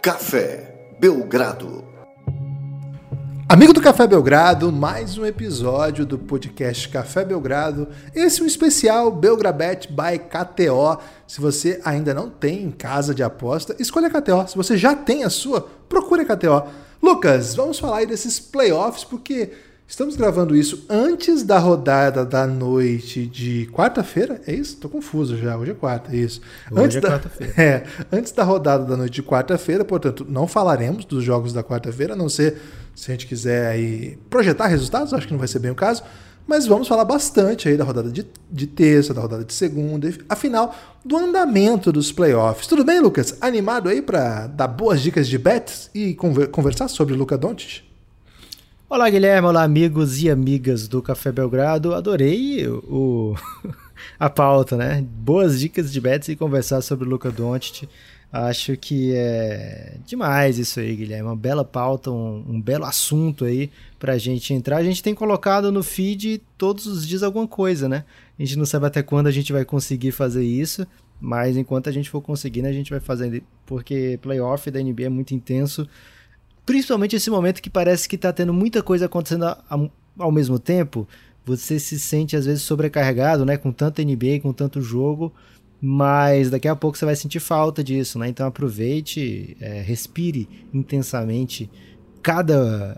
Café Belgrado. Amigo do Café Belgrado, mais um episódio do podcast Café Belgrado. Esse é um especial Belgrabet by KTO. Se você ainda não tem casa de aposta, escolha a KTO. Se você já tem a sua, procure a KTO. Lucas, vamos falar aí desses playoffs, porque estamos gravando isso antes da rodada da noite de quarta-feira, é isso? Tô confuso já, hoje é quarta, é isso. Hoje é quarta-feira. Antes da rodada da noite de quarta-feira, portanto, não falaremos dos jogos da quarta-feira, a não ser se a gente quiser aí projetar resultados, acho que não vai ser bem o caso, mas vamos falar bastante aí da rodada de terça, da rodada de segunda, afinal, do andamento dos playoffs. Tudo bem, Lucas? Animado aí para dar boas dicas de bets e conversar sobre Luka Doncic? Olá, Guilherme, olá, amigos e amigas do Café Belgrado. Adorei a pauta, né? Boas dicas de bets e conversar sobre o Luka Doncic. Acho que é demais isso aí, Guilherme. Uma bela pauta, um belo assunto aí pra gente entrar. A gente tem colocado no feed todos os dias alguma coisa, né? A gente não sabe até quando a gente vai conseguir fazer isso, mas enquanto a gente for conseguindo, a gente vai fazendo, porque playoff da NBA é muito intenso. Principalmente esse momento que parece que tá tendo muita coisa acontecendo ao mesmo tempo. Você se sente às vezes sobrecarregado, né? Com tanta NBA, com tanto jogo, mas daqui a pouco você vai sentir falta disso, né? Então aproveite, respire intensamente cada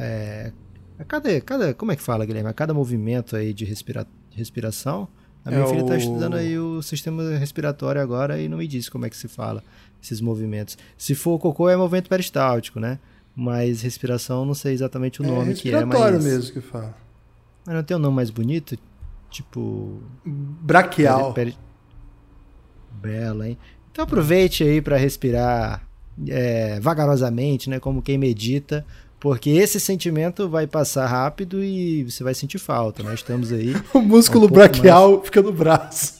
como é que fala, Guilherme? A cada movimento aí de respiração. A minha filha está estudando aí o sistema respiratório agora e não me disse como é que se fala esses movimentos. Se for cocô é movimento peristáltico, né? Mas respiração não sei exatamente o nome que é. Respiratório mesmo que fala. Mas não tem um nome mais bonito? Tipo... braquial. Bela, hein? Então aproveite aí para respirar vagarosamente, né? Como quem medita, porque esse sentimento vai passar rápido e você vai sentir falta, né? Estamos aí... O músculo braquial fica no braço.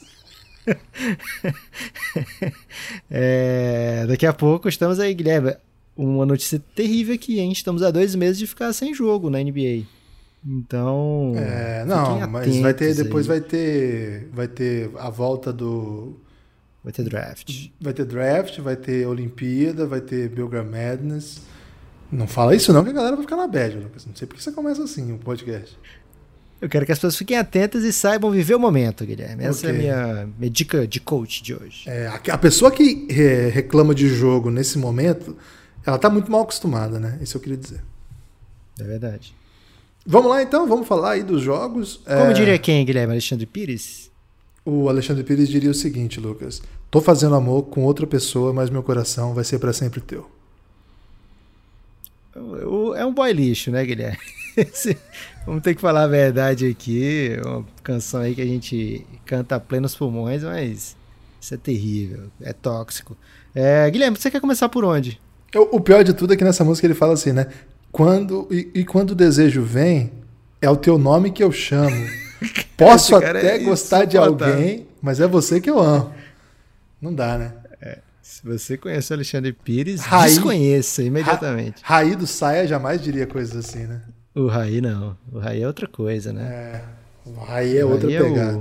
Daqui a pouco estamos aí, Guilherme. Uma notícia terrível aqui, hein? Estamos há 2 meses de ficar sem jogo na NBA. Então... não, mas vai ter, depois vai ter a volta do... Vai ter draft. Vai ter draft, vai ter Olimpíada, vai ter Belgrade Madness. Não fala isso não, que a galera vai ficar na bad, Lucas. Não sei por que você começa assim o podcast. Eu quero que as pessoas fiquem atentas e saibam viver o momento, Guilherme. Essa é a minha dica de coach de hoje. A pessoa que reclama de jogo nesse momento, ela tá muito mal acostumada, né? Isso eu queria dizer. É verdade. Vamos lá então, vamos falar aí dos jogos. Como diria quem, Guilherme? Alexandre Pires? O Alexandre Pires diria o seguinte, Lucas: tô fazendo amor com outra pessoa, mas meu coração vai ser para sempre teu. É um boy lixo, né, Guilherme? Vamos ter que falar a verdade aqui. Uma canção aí que a gente canta a plenos pulmões, mas isso é terrível, é tóxico. Guilherme, você quer começar por onde? O pior de tudo é que nessa música ele fala assim, né? Quando o desejo vem, é o teu nome que eu chamo. Posso até gostar de alguém, mas é você que eu amo. Não dá, né? Se você conhece o Alexandre Pires, desconheça imediatamente. Raí do Saia jamais diria coisas assim, né? O Raí não. O Raí é outra coisa, né? O Raí é outra pegada.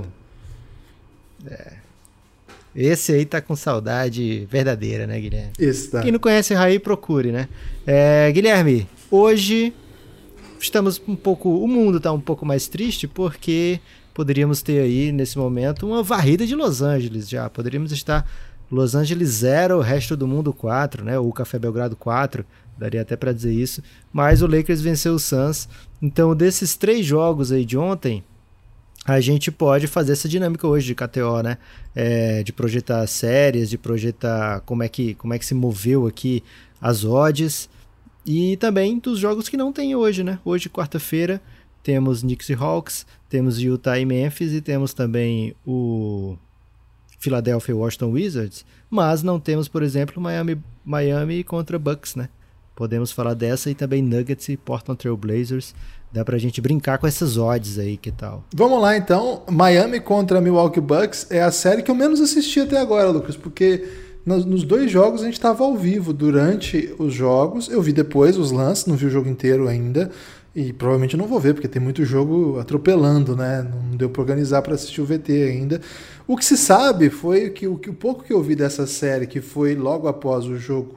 Esse aí tá com saudade verdadeira, né, Guilherme? Isso, tá. Quem não conhece o Raí, procure, né? Guilherme, hoje estamos o mundo tá um pouco mais triste porque poderíamos ter aí, nesse momento, uma varrida de Los Angeles já. Poderíamos estar Los Angeles 0, o resto do mundo 4, né? Ou Café Belgrado 4, daria até para dizer isso. Mas o Lakers venceu o Suns. Então, desses 3 jogos aí de ontem, a gente pode fazer essa dinâmica hoje de KTO, né? De projetar séries, de projetar como é que se moveu aqui as odds. E também dos jogos que não tem hoje, né? Hoje, quarta-feira, temos Knicks e Hawks, temos Utah e Memphis e temos também o Philadelphia e Washington Wizards, mas não temos, por exemplo, Miami contra Bucks, né? Podemos falar dessa e também Nuggets e Portland Trail Blazers. Dá pra gente brincar com essas odds aí, que tal? Vamos lá então, Miami contra Milwaukee Bucks é a série que eu menos assisti até agora, Lucas, porque nos 2 jogos a gente estava ao vivo durante os jogos, eu vi depois os lances, não vi o jogo inteiro ainda, e provavelmente não vou ver, porque tem muito jogo atropelando, né? Não deu para organizar para assistir o VT ainda. O que se sabe foi que o pouco que eu vi dessa série, que foi logo após o jogo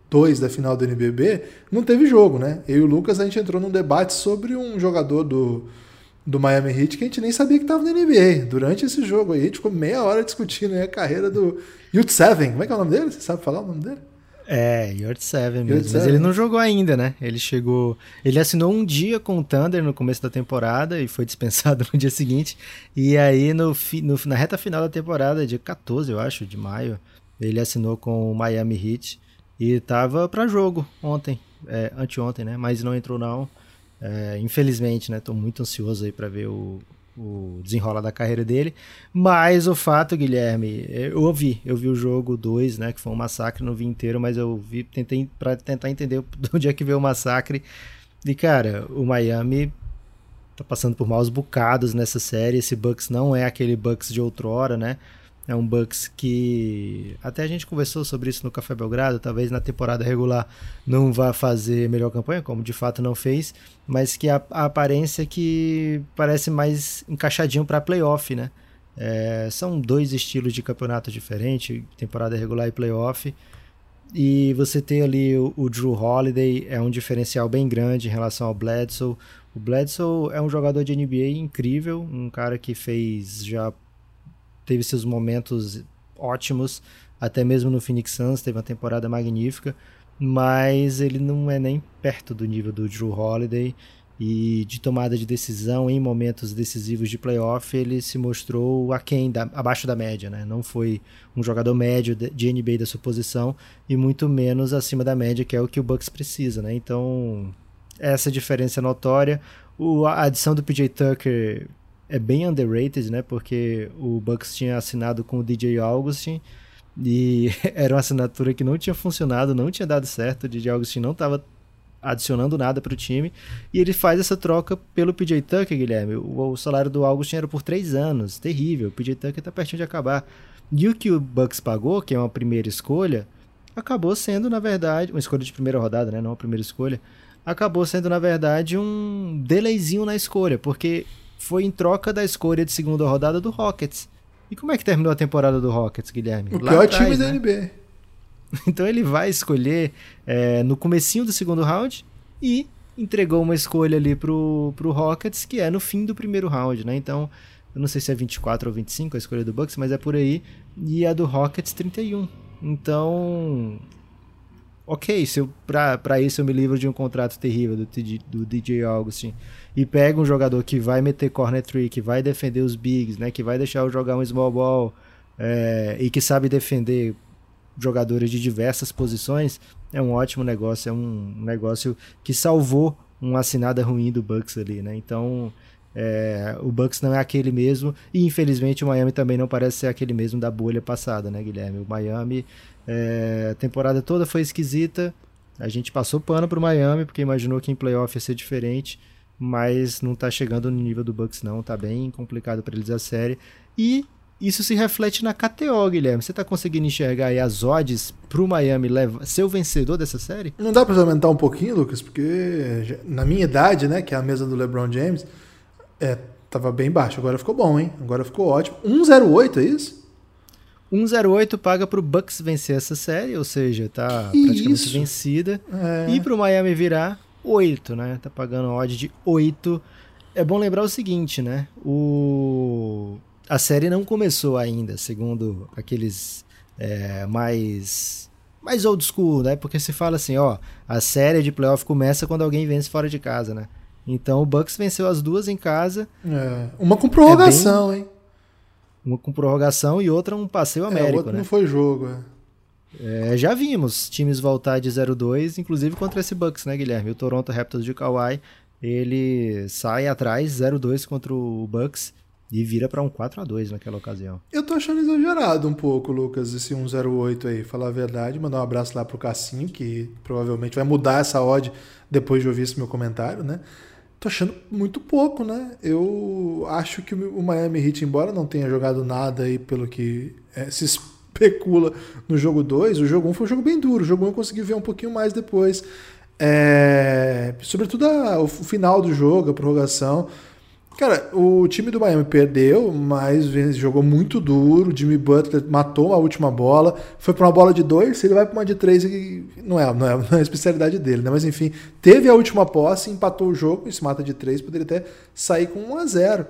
2 da final do NBB, não teve jogo, né? Eu e o Lucas, a gente entrou num debate sobre um jogador do Miami Heat que a gente nem sabia que estava no NBA. Durante esse jogo aí, a gente ficou meia hora discutindo, né, a carreira do Yurt7. Como é que é o nome dele? Você sabe falar o nome dele? Yurt7 mesmo. Mas ele não jogou ainda, né? Ele assinou um dia com o Thunder no começo da temporada e foi dispensado no dia seguinte. E aí, na reta final da temporada, dia 14, eu acho, de maio, ele assinou com o Miami Heat e tava para jogo ontem, anteontem, né? Mas não entrou não. Infelizmente, né? Tô muito ansioso aí para ver o desenrolar da carreira dele, mas o fato, Guilherme, eu vi o jogo 2, né, que foi um massacre, não vi inteiro, mas eu vi, tentei para tentar entender de onde é que veio o massacre, e cara, o Miami tá passando por maus bocados nessa série. Esse Bucks não é aquele Bucks de outrora, né, é um Bucks que até a gente conversou sobre isso no Café Belgrado, talvez na temporada regular não vá fazer melhor campanha, como de fato não fez, mas que a aparência que parece mais encaixadinho para playoff, né? São 2 estilos de campeonato diferentes, temporada regular e playoff, e você ter ali o Jrue Holiday é um diferencial bem grande em relação ao Bledsoe. O Bledsoe é um jogador de NBA incrível, um cara que teve seus momentos ótimos, até mesmo no Phoenix Suns, teve uma temporada magnífica, mas ele não é nem perto do nível do Jrue Holiday, e de tomada de decisão em momentos decisivos de playoff, ele se mostrou abaixo da média, né? Não foi um jogador médio de NBA da sua posição, e muito menos acima da média, que é o que o Bucks precisa, né? Então, essa diferença é notória. A adição do PJ Tucker é bem underrated, né? Porque o Bucks tinha assinado com o DJ Augustin e era uma assinatura que não tinha funcionado, não tinha dado certo. O DJ Augustin não estava adicionando nada para o time, e ele faz essa troca pelo PJ Tucker, Guilherme. O salário do Augustin era por 3 anos, terrível. O PJ Tucker está pertinho de acabar. E o que o Bucks pagou, que é uma primeira escolha, acabou sendo, na verdade, uma escolha de primeira rodada, né? Não uma primeira escolha. Acabou sendo, na verdade, um delayzinho na escolha, porque foi em troca da escolha de segunda rodada do Rockets. E como é que terminou a temporada do Rockets, Guilherme? O pior time da NBA. Então ele vai escolher no comecinho do segundo round e entregou uma escolha ali pro Rockets, que é no fim do primeiro round, né? Então, eu não sei se é 24 ou 25 a escolha do Bucks, mas é por aí. E a do Rockets, 31. Então, ok, pra isso eu me livro de um contrato terrível do DJ Augustin e pego um jogador que vai meter corner three, que vai defender os bigs, né, que vai deixar eu jogar um small ball e que sabe defender jogadores de diversas posições, é um ótimo negócio, é um negócio que salvou uma assinada ruim do Bucks ali, né? Então, o Bucks não é aquele mesmo, e infelizmente o Miami também não parece ser aquele mesmo da bolha passada, né, Guilherme? O Miami, a temporada toda foi esquisita, a gente passou pano pro Miami, porque imaginou que em playoff ia ser diferente, mas não tá chegando no nível do Bucks não, tá bem complicado para eles a série, e isso se reflete na KTO, Guilherme. Você tá conseguindo enxergar aí as odds pro Miami ser o vencedor dessa série? Não dá pra aumentar um pouquinho, Lucas? Porque na minha idade, né, que é a mesa do LeBron James, tava bem baixo. Agora ficou bom, hein? Agora ficou ótimo. 1,08, é isso? 1,08 paga pro Bucks vencer essa série, ou seja, tá praticamente vencida. E pro Miami virar 8, né? Tá pagando odd de 8. É bom lembrar o seguinte, né? A série não começou ainda, segundo aqueles mais old school, né? Porque se fala assim, a série de playoff começa quando alguém vence fora de casa, né? Então o Bucks venceu as duas em casa. Uma com prorrogação, hein? Uma com prorrogação e outra um passeio américo, o outro né? Não foi jogo, já vimos times voltar de 0-2, inclusive contra esse Bucks, né, Guilherme? O Toronto Raptors de Kawhi, ele sai atrás 0-2 contra o Bucks e vira para um 4-2 naquela ocasião. Eu tô achando exagerado um pouco, Lucas, esse 1,08 aí, falar a verdade. Mandar um abraço lá pro Cassinho, que provavelmente vai mudar essa odd depois de ouvir esse meu comentário, né? Tô achando muito pouco, né? Eu acho que o Miami Heat, embora não tenha jogado nada aí pelo que se especula no jogo 2, o jogo 1 foi um jogo bem duro. O jogo 1 eu consegui ver um pouquinho mais depois. Sobretudo o final do jogo, a prorrogação. Cara, o time do Miami perdeu, mas jogou muito duro. O Jimmy Butler matou a última bola. Foi para uma bola de 2, se ele vai para uma de 3, não é a especialidade dele, né? Mas enfim, teve a última posse, empatou o jogo. E se mata de 3, poderia até sair com 1-0.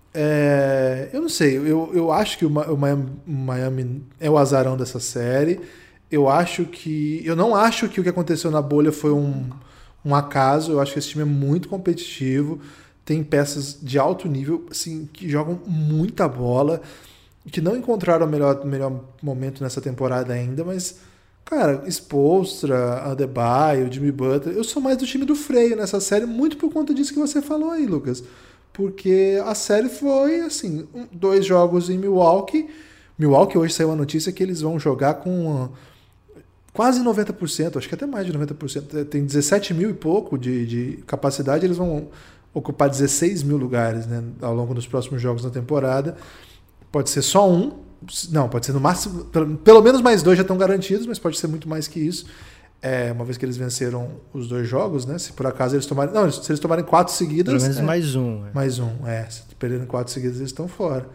Eu não sei, eu acho que o Miami é o azarão dessa série. Eu não acho que o que aconteceu na bolha foi um acaso. Eu acho que esse time é muito competitivo. Tem peças de alto nível, assim, que jogam muita bola, que não encontraram o melhor momento nessa temporada ainda, mas, cara, Spoelstra, Adebayo, Jimmy Butler, eu sou mais do time do freio nessa série, muito por conta disso que você falou aí, Lucas. Porque a série foi, assim, 2 jogos em Milwaukee. Milwaukee hoje saiu a notícia que eles vão jogar com quase 90%, acho que até mais de 90%. Tem 17 mil e pouco de capacidade, eles vão ocupar 16 mil lugares, né, ao longo dos próximos jogos da temporada. Pode ser só um, não, pode ser no máximo, pelo menos mais 2 já estão garantidos, mas pode ser muito mais que isso, uma vez que eles venceram os 2 jogos, né, se por acaso eles tomarem, não, se eles tomarem 4 seguidas... Pelo menos mais um. Mais um, se perderem 4 seguidas eles estão fora.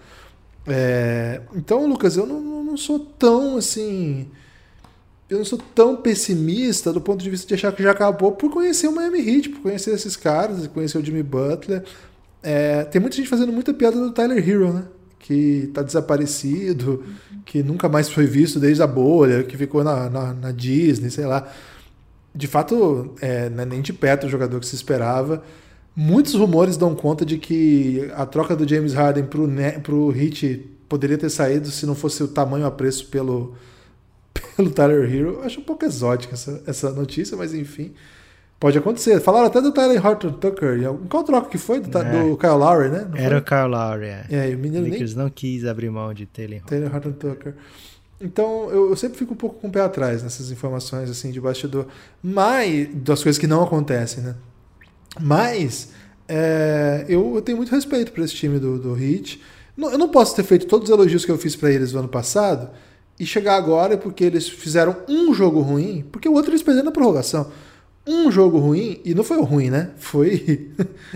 Então, Lucas, eu não sou tão, assim... Eu não sou tão pessimista do ponto de vista de achar que já acabou por conhecer o Miami Heat, por conhecer esses caras, conhecer o Jimmy Butler. Tem muita gente fazendo muita piada do Tyler Hero, né? Que tá desaparecido, que nunca mais foi visto desde a bolha, que ficou na Disney, sei lá. De fato, não é nem de perto o jogador que se esperava. Muitos rumores dão conta de que a troca do James Harden pro Heat poderia ter saído se não fosse o tamanho a preço pelo Tyler Hero. Eu acho um pouco exótica essa notícia, mas enfim, pode acontecer. Falaram até do Tyler Horton Tucker. Qual troca que foi? Do Kyle Lowry, né? Era o Kyle Lowry, E o menino Lakers não quis abrir mão de Taylor Horton Tucker. Então, eu sempre fico um pouco com o pé atrás nessas informações assim de bastidor, mas das coisas que não acontecem, né? Mas eu tenho muito respeito por esse time do Heat. Eu não posso ter feito todos os elogios que eu fiz para eles no ano passado e chegar agora porque eles fizeram um jogo ruim, porque o outro eles perderam na prorrogação. Um jogo ruim, e não foi o ruim, né? Foi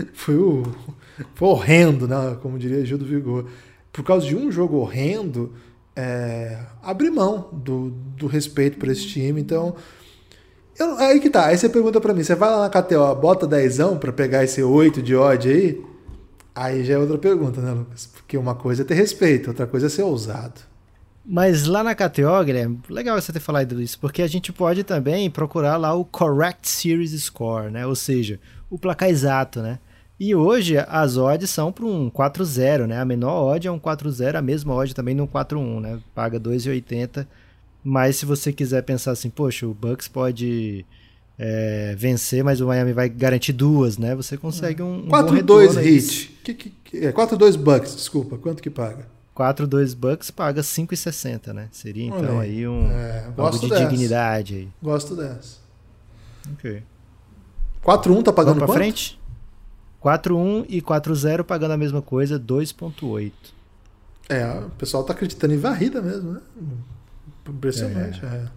horrendo, né? Como diria Gil do Vigor. Por causa de um jogo horrendo, abrir mão do respeito por esse time. Então, aí que tá. Aí você pergunta pra mim, você vai lá na KTO, bota 10 pra pegar esse 8 de odd aí? Aí já é outra pergunta, né, Lucas? Porque uma coisa é ter respeito, outra coisa é ser ousado. Mas lá na KTO, Guilherme, legal você ter falado isso, porque a gente pode também procurar lá o Correct Series Score, né? Ou seja, o placar exato, né? E hoje as odds são para um 4-0, né? A menor odd é um 4-0, a mesma odd também no 4-1, né? Paga 2,80. Mas se você quiser pensar assim, poxa, o Bucks pode vencer, mas o Miami vai garantir 2, né? Você consegue um 4-2 Heat. 4-2 Bucks, desculpa. Quanto que paga? 4-2 Bucks paga 5,60, né? Seria então aí algo de dignidade aí. Gosto dessa. Ok. 4-1 tá pagando Vamos pra quanto? Frente? 4-1 e 4-0 pagando a mesma coisa, 2,8. O pessoal tá acreditando em varrida mesmo, né? Impressionante.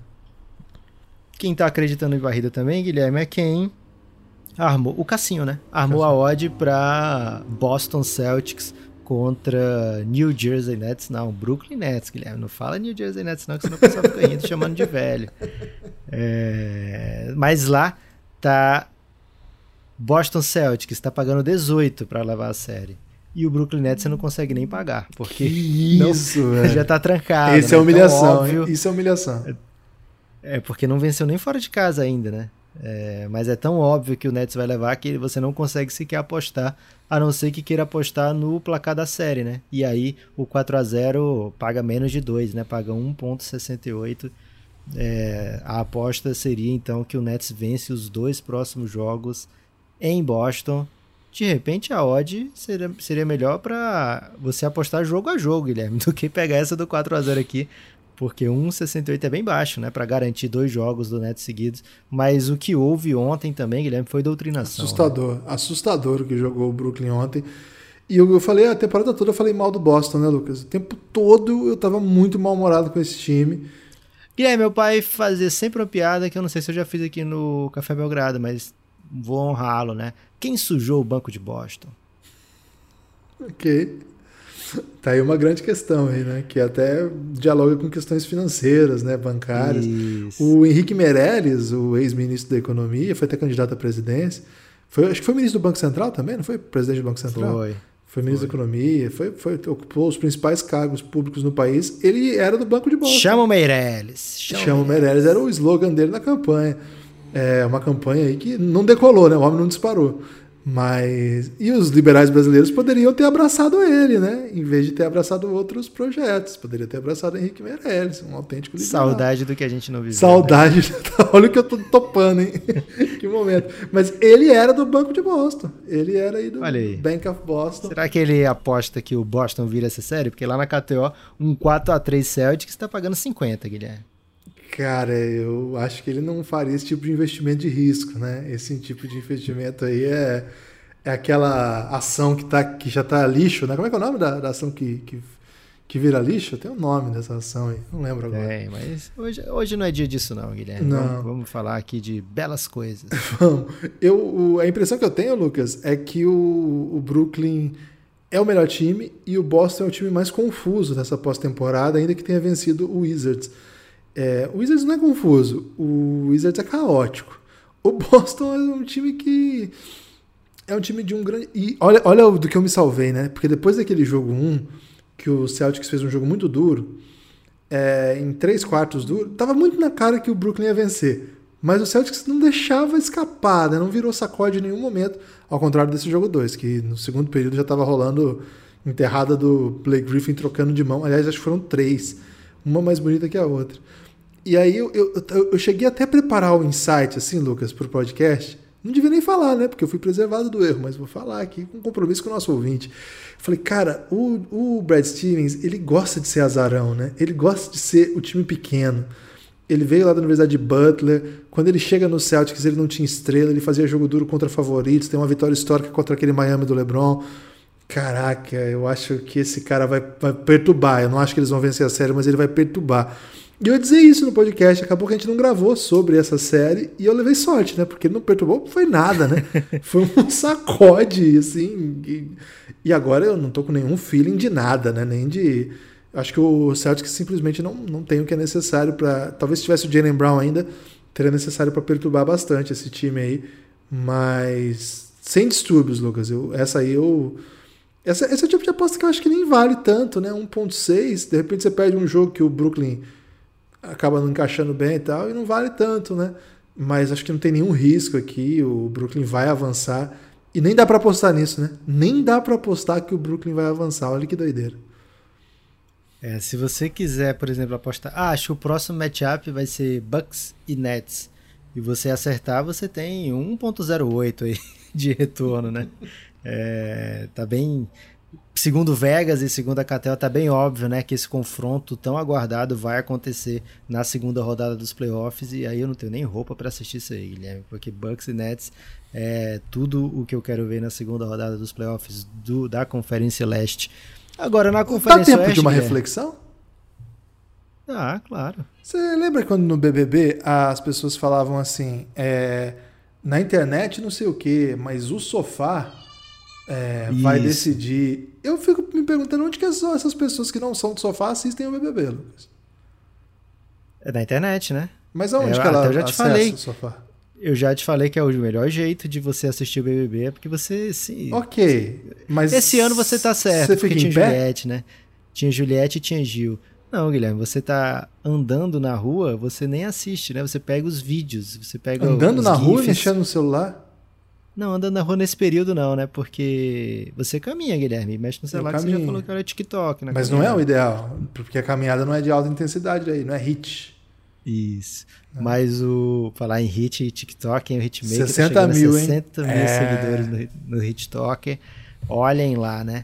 Quem tá acreditando em varrida também, Guilherme, é quem armou o Cassinho, né? Armou a odd pra Boston Celtics contra New Jersey Nets. Não, Brooklyn Nets, Guilherme. Não fala New Jersey Nets não, que senão o pessoal fica rindo chamando de velho. Mas lá tá Boston Celtics, tá pagando 18 para levar a série. E o Brooklyn Nets você não consegue nem pagar, porque velho. Já tá trancado. Isso é humilhação, óbvio, isso é humilhação. Porque não venceu nem fora de casa ainda, né? Mas é tão óbvio que o Nets vai levar que você não consegue sequer apostar, a não ser que queira apostar no placar da série, né? E aí o 4-0 paga menos de 2, né? Paga 1,68. A aposta seria então que o Nets vence os 2 próximos jogos em Boston. De repente a odd seria melhor para você apostar jogo a jogo, Guilherme, do que pegar essa do 4-0 aqui. Porque 1,68 é bem baixo, né? Para garantir 2 jogos do Nets seguidos. Mas o que houve ontem também, Guilherme, foi doutrinação. Assustador o que jogou o Brooklyn ontem. E eu falei, a temporada toda eu falei mal do Boston, né, Lucas? O tempo todo eu tava muito mal-humorado com esse time. Guilherme, meu pai fazia sempre uma piada que eu não sei se eu já fiz aqui no Café Belgrado, mas vou honrá-lo, né? Quem sujou o banco de Boston? Ok. Tá aí uma grande questão aí, né? Que até dialoga com questões financeiras, né? Bancárias. Isso. O Henrique Meirelles, o ex-ministro da Economia, foi até candidato à presidência. Acho que foi ministro do Banco Central também, não foi? Presidente do Banco Central? Foi ministro da Economia, ocupou os principais cargos públicos no país. Ele era do Banco de Boston. Chama o Meirelles. Chama o Meirelles, era o slogan dele na campanha. É uma campanha aí que não decolou, né? O homem não disparou. E os liberais brasileiros poderiam ter abraçado ele, né? Em vez de ter abraçado outros projetos. Poderia ter abraçado Henrique Meirelles, um autêntico liberal. Saudade do que a gente não viveu. Saudade. Né? Olha o que eu tô topando, hein? Que momento. Mas ele era do Banco de Boston. Ele era aí do Bank of Boston. Será que ele aposta que o Boston vira essa série? Porque lá na KTO, um 4-3 Celtics está pagando 50, Guilherme. Cara, eu acho que ele não faria esse tipo de investimento de risco, né? Esse tipo de investimento aí é aquela ação que já tá lixo, né? Como é que é o nome da ação que vira lixo? Tem um nome dessa ação aí, não lembro agora. Mas hoje não é dia disso não, Guilherme. Não. Vamos falar aqui de belas coisas. Vamos. A impressão que eu tenho, Lucas, é que o Brooklyn é o melhor time e o Boston é o time mais confuso dessa pós-temporada, ainda que tenha vencido o Wizards. O Wizards não é confuso, o Wizards é caótico. O Boston é um time que é um time de um grande... E olha do que eu me salvei, né? Porque depois daquele jogo 1, que o Celtics fez um jogo muito duro, em 3 quartos duro, tava muito na cara que o Brooklyn ia vencer. Mas o Celtics não deixava escapar, né? Não virou sacode em nenhum momento, ao contrário desse jogo 2, que no segundo período já tava rolando enterrada do Blake Griffin trocando de mão. Aliás, acho que foram 3, uma mais bonita que a outra. E aí eu cheguei até a preparar o insight, assim, Lucas, pro podcast. Não devia nem falar, né? Porque eu fui preservado do erro, mas vou falar aqui com compromisso com o nosso ouvinte. Falei, cara, o Brad Stevens, ele gosta de ser azarão, né? Ele gosta de ser o time pequeno. Ele veio lá da Universidade de Butler. Quando ele chega no Celtics, ele não tinha estrela. Ele fazia jogo duro contra favoritos. Tem uma vitória histórica contra aquele Miami do LeBron. Caraca, eu acho que esse cara vai perturbar. Eu não acho que eles vão vencer a série, mas ele vai perturbar. E eu ia dizer isso no podcast, acabou que a gente não gravou sobre essa série e eu levei sorte, né? Porque ele não perturbou, foi nada, né? Foi um sacode, assim. E agora eu não tô com nenhum feeling de nada, né? Nem de... Acho que o Celtics simplesmente não tem o que é necessário para... Talvez se tivesse o Jaylen Brown ainda, teria necessário para perturbar bastante esse time aí. Mas sem distúrbios, Lucas. Esse é o tipo de aposta que eu acho que nem vale tanto, né? 1.6, de repente você perde um jogo que o Brooklyn acaba não encaixando bem e tal, e não vale tanto, né? Mas acho que não tem nenhum risco aqui, o Brooklyn vai avançar, e nem dá pra apostar nisso, né? Nem dá pra apostar que o Brooklyn vai avançar, olha que doideira. Se você quiser, por exemplo, apostar, acho que o próximo matchup vai ser Bucks e Nets, e você acertar, você tem 1.08 aí de retorno, né? Tá bem... Segundo Vegas e segundo a KTO, tá bem óbvio, né, que esse confronto tão aguardado vai acontecer na segunda rodada dos playoffs, e aí eu não tenho nem roupa para assistir isso aí, Guilherme, porque Bucks e Nets é tudo o que eu quero ver na segunda rodada dos playoffs da Conferência Leste. Agora, na Conferência Oeste... Dá tempo de uma reflexão? Claro. Você lembra quando no BBB as pessoas falavam assim, na internet não sei o quê, mas o sofá... vai decidir. Eu fico me perguntando onde que essas pessoas que não são do sofá assistem o BBB, Lucas. É na internet, né? Mas aonde que ela acessa o sofá? Eu já te falei que é o melhor jeito de você assistir o BBB é porque você se... Ok, mas... Esse ano você tá certo, você porque fica tinha em pé? Juliette, né? Tinha Juliette e tinha Gil. Não, Guilherme, você tá andando na rua, você nem assiste, né? Você pega os vídeos, você pega andando na rua e GIFs. mexendo no celular? Não, andando na rua nesse período não, né? Porque você caminha, Guilherme, mexe no celular que você já falou que era TikTok. Mas não é o ideal, porque a caminhada não é de alta intensidade aí, não é hit. Isso. Mas falar em hit e TikTok, o Hitmaker 60 tá mil, a 60 mil seguidores no HitTok. Olhem lá, né?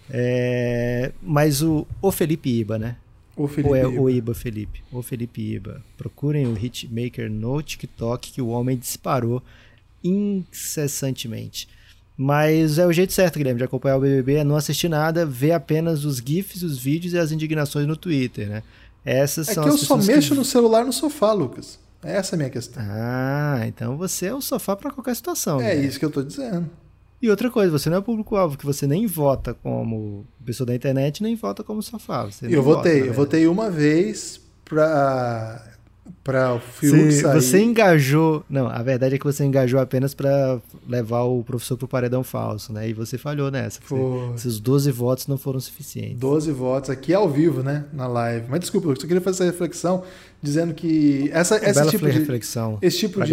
Mas o Felipe Iba, né? O Iba Felipe. O Felipe Iba. Procurem o Hitmaker no TikTok, que o homem disparou incessantemente. Mas é o jeito certo, Guilherme, de acompanhar o BBB, é não assistir nada, ver apenas os GIFs, os vídeos e as indignações no Twitter, né? Essas são que as eu só mexo no celular no sofá, Lucas. Essa é a minha questão. Então você é o sofá para qualquer situação. É isso que eu tô dizendo. E outra coisa, você não é público-alvo, que você nem vota como pessoa da internet, nem vota como sofá. Eu votei uma vez para o Fiuk sair. Você engajou... Não, a verdade é que você engajou apenas para levar o professor pro paredão falso, né? E você falhou nessa. Esses 12 votos não foram suficientes. 12 votos aqui ao vivo, né? Na live. Mas desculpa, eu só queria fazer essa reflexão, dizendo que esse tipo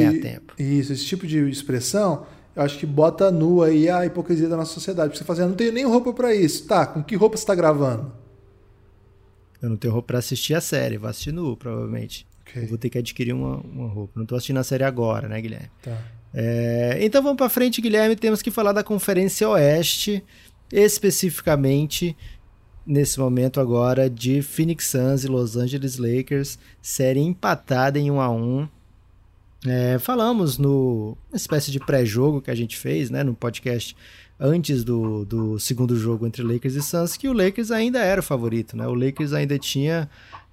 de expressão, eu acho que bota nua aí a hipocrisia da nossa sociedade. Porque você fala assim, eu não tenho nem roupa para isso. Tá, com que roupa você tá gravando? Eu não tenho roupa para assistir a série, vou assistir nu, provavelmente. Okay. Eu vou ter que adquirir uma roupa. Não tô assistindo a série agora, né, Guilherme? Tá. Então vamos para frente, Guilherme. Temos que falar da Conferência Oeste, especificamente nesse momento agora de Phoenix Suns e Los Angeles Lakers, série empatada em 1-1. Falamos uma espécie de pré-jogo que a gente fez, né, no podcast antes do segundo jogo entre Lakers e Suns, que o Lakers ainda era o favorito, né? O Lakers ainda tinha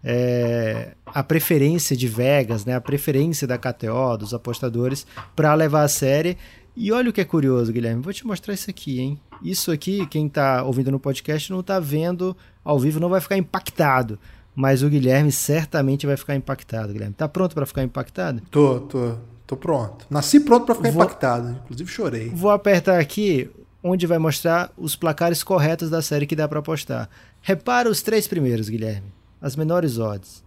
a preferência de Vegas, né? A preferência da KTO, dos apostadores, para levar a série. E olha o que é curioso, Guilherme, vou te mostrar isso aqui, hein? Isso aqui, quem está ouvindo no podcast não está vendo ao vivo, não vai ficar impactado. Mas o Guilherme certamente vai ficar impactado, Guilherme. Tá pronto para ficar impactado? Tô pronto. Nasci pronto para ficar impactado. Inclusive chorei. Vou apertar aqui onde vai mostrar os placares corretos da série que dá para apostar. Repara os 3 primeiros, Guilherme. As menores odds.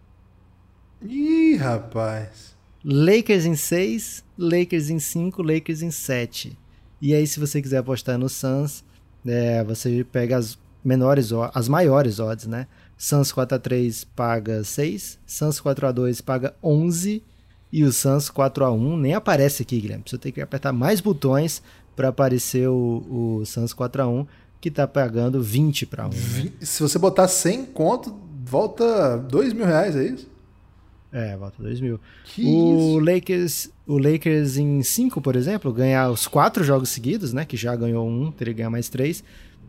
Ih, rapaz. Lakers em 6, Lakers em 5, Lakers em 7. E aí, se você quiser apostar no Suns, você pega as maiores odds, né? Suns 4-3 paga 6, Suns 4-2 paga 11 e o Suns 4-1 nem aparece aqui, Guilherme. Você tem que apertar mais botões para aparecer o Suns 4-1, que tá pagando 20-1. Né? Se você botar 100 conto, volta R$2.000, é isso? Volta 2.000. O Lakers em 5, por exemplo, ganhar os 4 jogos seguidos, né? Que já ganhou 1, teria que ganhar mais 3.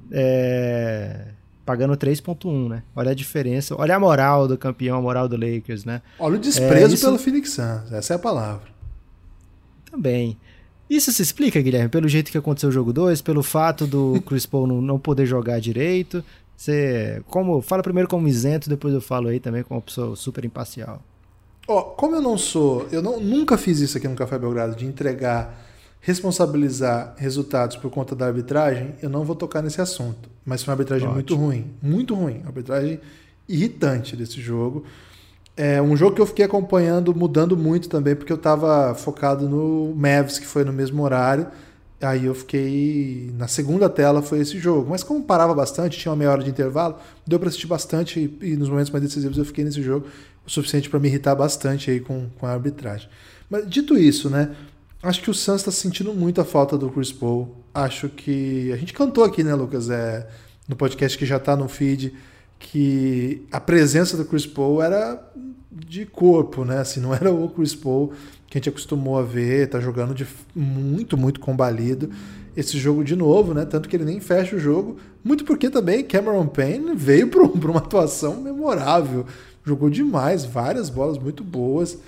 Pagando 3.1, né? Olha a diferença. Olha a moral do campeão, a moral do Lakers, né? Olha o desprezo pelo Phoenix Suns. Essa é a palavra. Também. Isso se explica, Guilherme, pelo jeito que aconteceu o jogo 2, pelo fato do Chris Paul não poder jogar direito. Fala primeiro como isento, depois eu falo aí também como uma pessoa super imparcial. Como eu nunca fiz isso aqui no Café Belgrado, de responsabilizar resultados por conta da arbitragem, eu não vou tocar nesse assunto. Mas foi uma arbitragem muito ruim. Muito ruim. Uma arbitragem irritante desse jogo. É um jogo que eu fiquei acompanhando, mudando muito também, porque eu estava focado no Mavs, que foi no mesmo horário. Aí eu fiquei... Na segunda tela foi esse jogo. Mas como parava bastante, tinha uma meia hora de intervalo, deu para assistir bastante e nos momentos mais decisivos eu fiquei nesse jogo o suficiente para me irritar bastante aí com a arbitragem. Mas dito isso, né? Acho que o Suns está sentindo muito a falta do Chris Paul. Acho que... A gente cantou aqui, né, Lucas? No podcast que já está no feed, que a presença do Chris Paul era de corpo, né? Assim, não era o Chris Paul que a gente acostumou a ver, tá jogando muito, muito combalido. Esse jogo de novo, né? Tanto que ele nem fecha o jogo. Muito porque também Cameron Payne veio para uma atuação memorável. Jogou demais, várias bolas muito boas.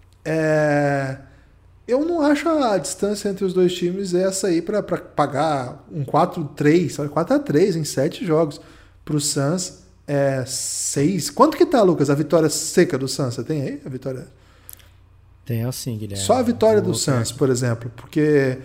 Eu não acho a distância entre os dois times essa aí para pagar um 4-3 em 7 jogos. Para o Suns, 6. Quanto que tá, Lucas, a vitória seca do Suns? Você tem aí a vitória? Tenho sim, Guilherme. Só a vitória do Suns, por exemplo, porque...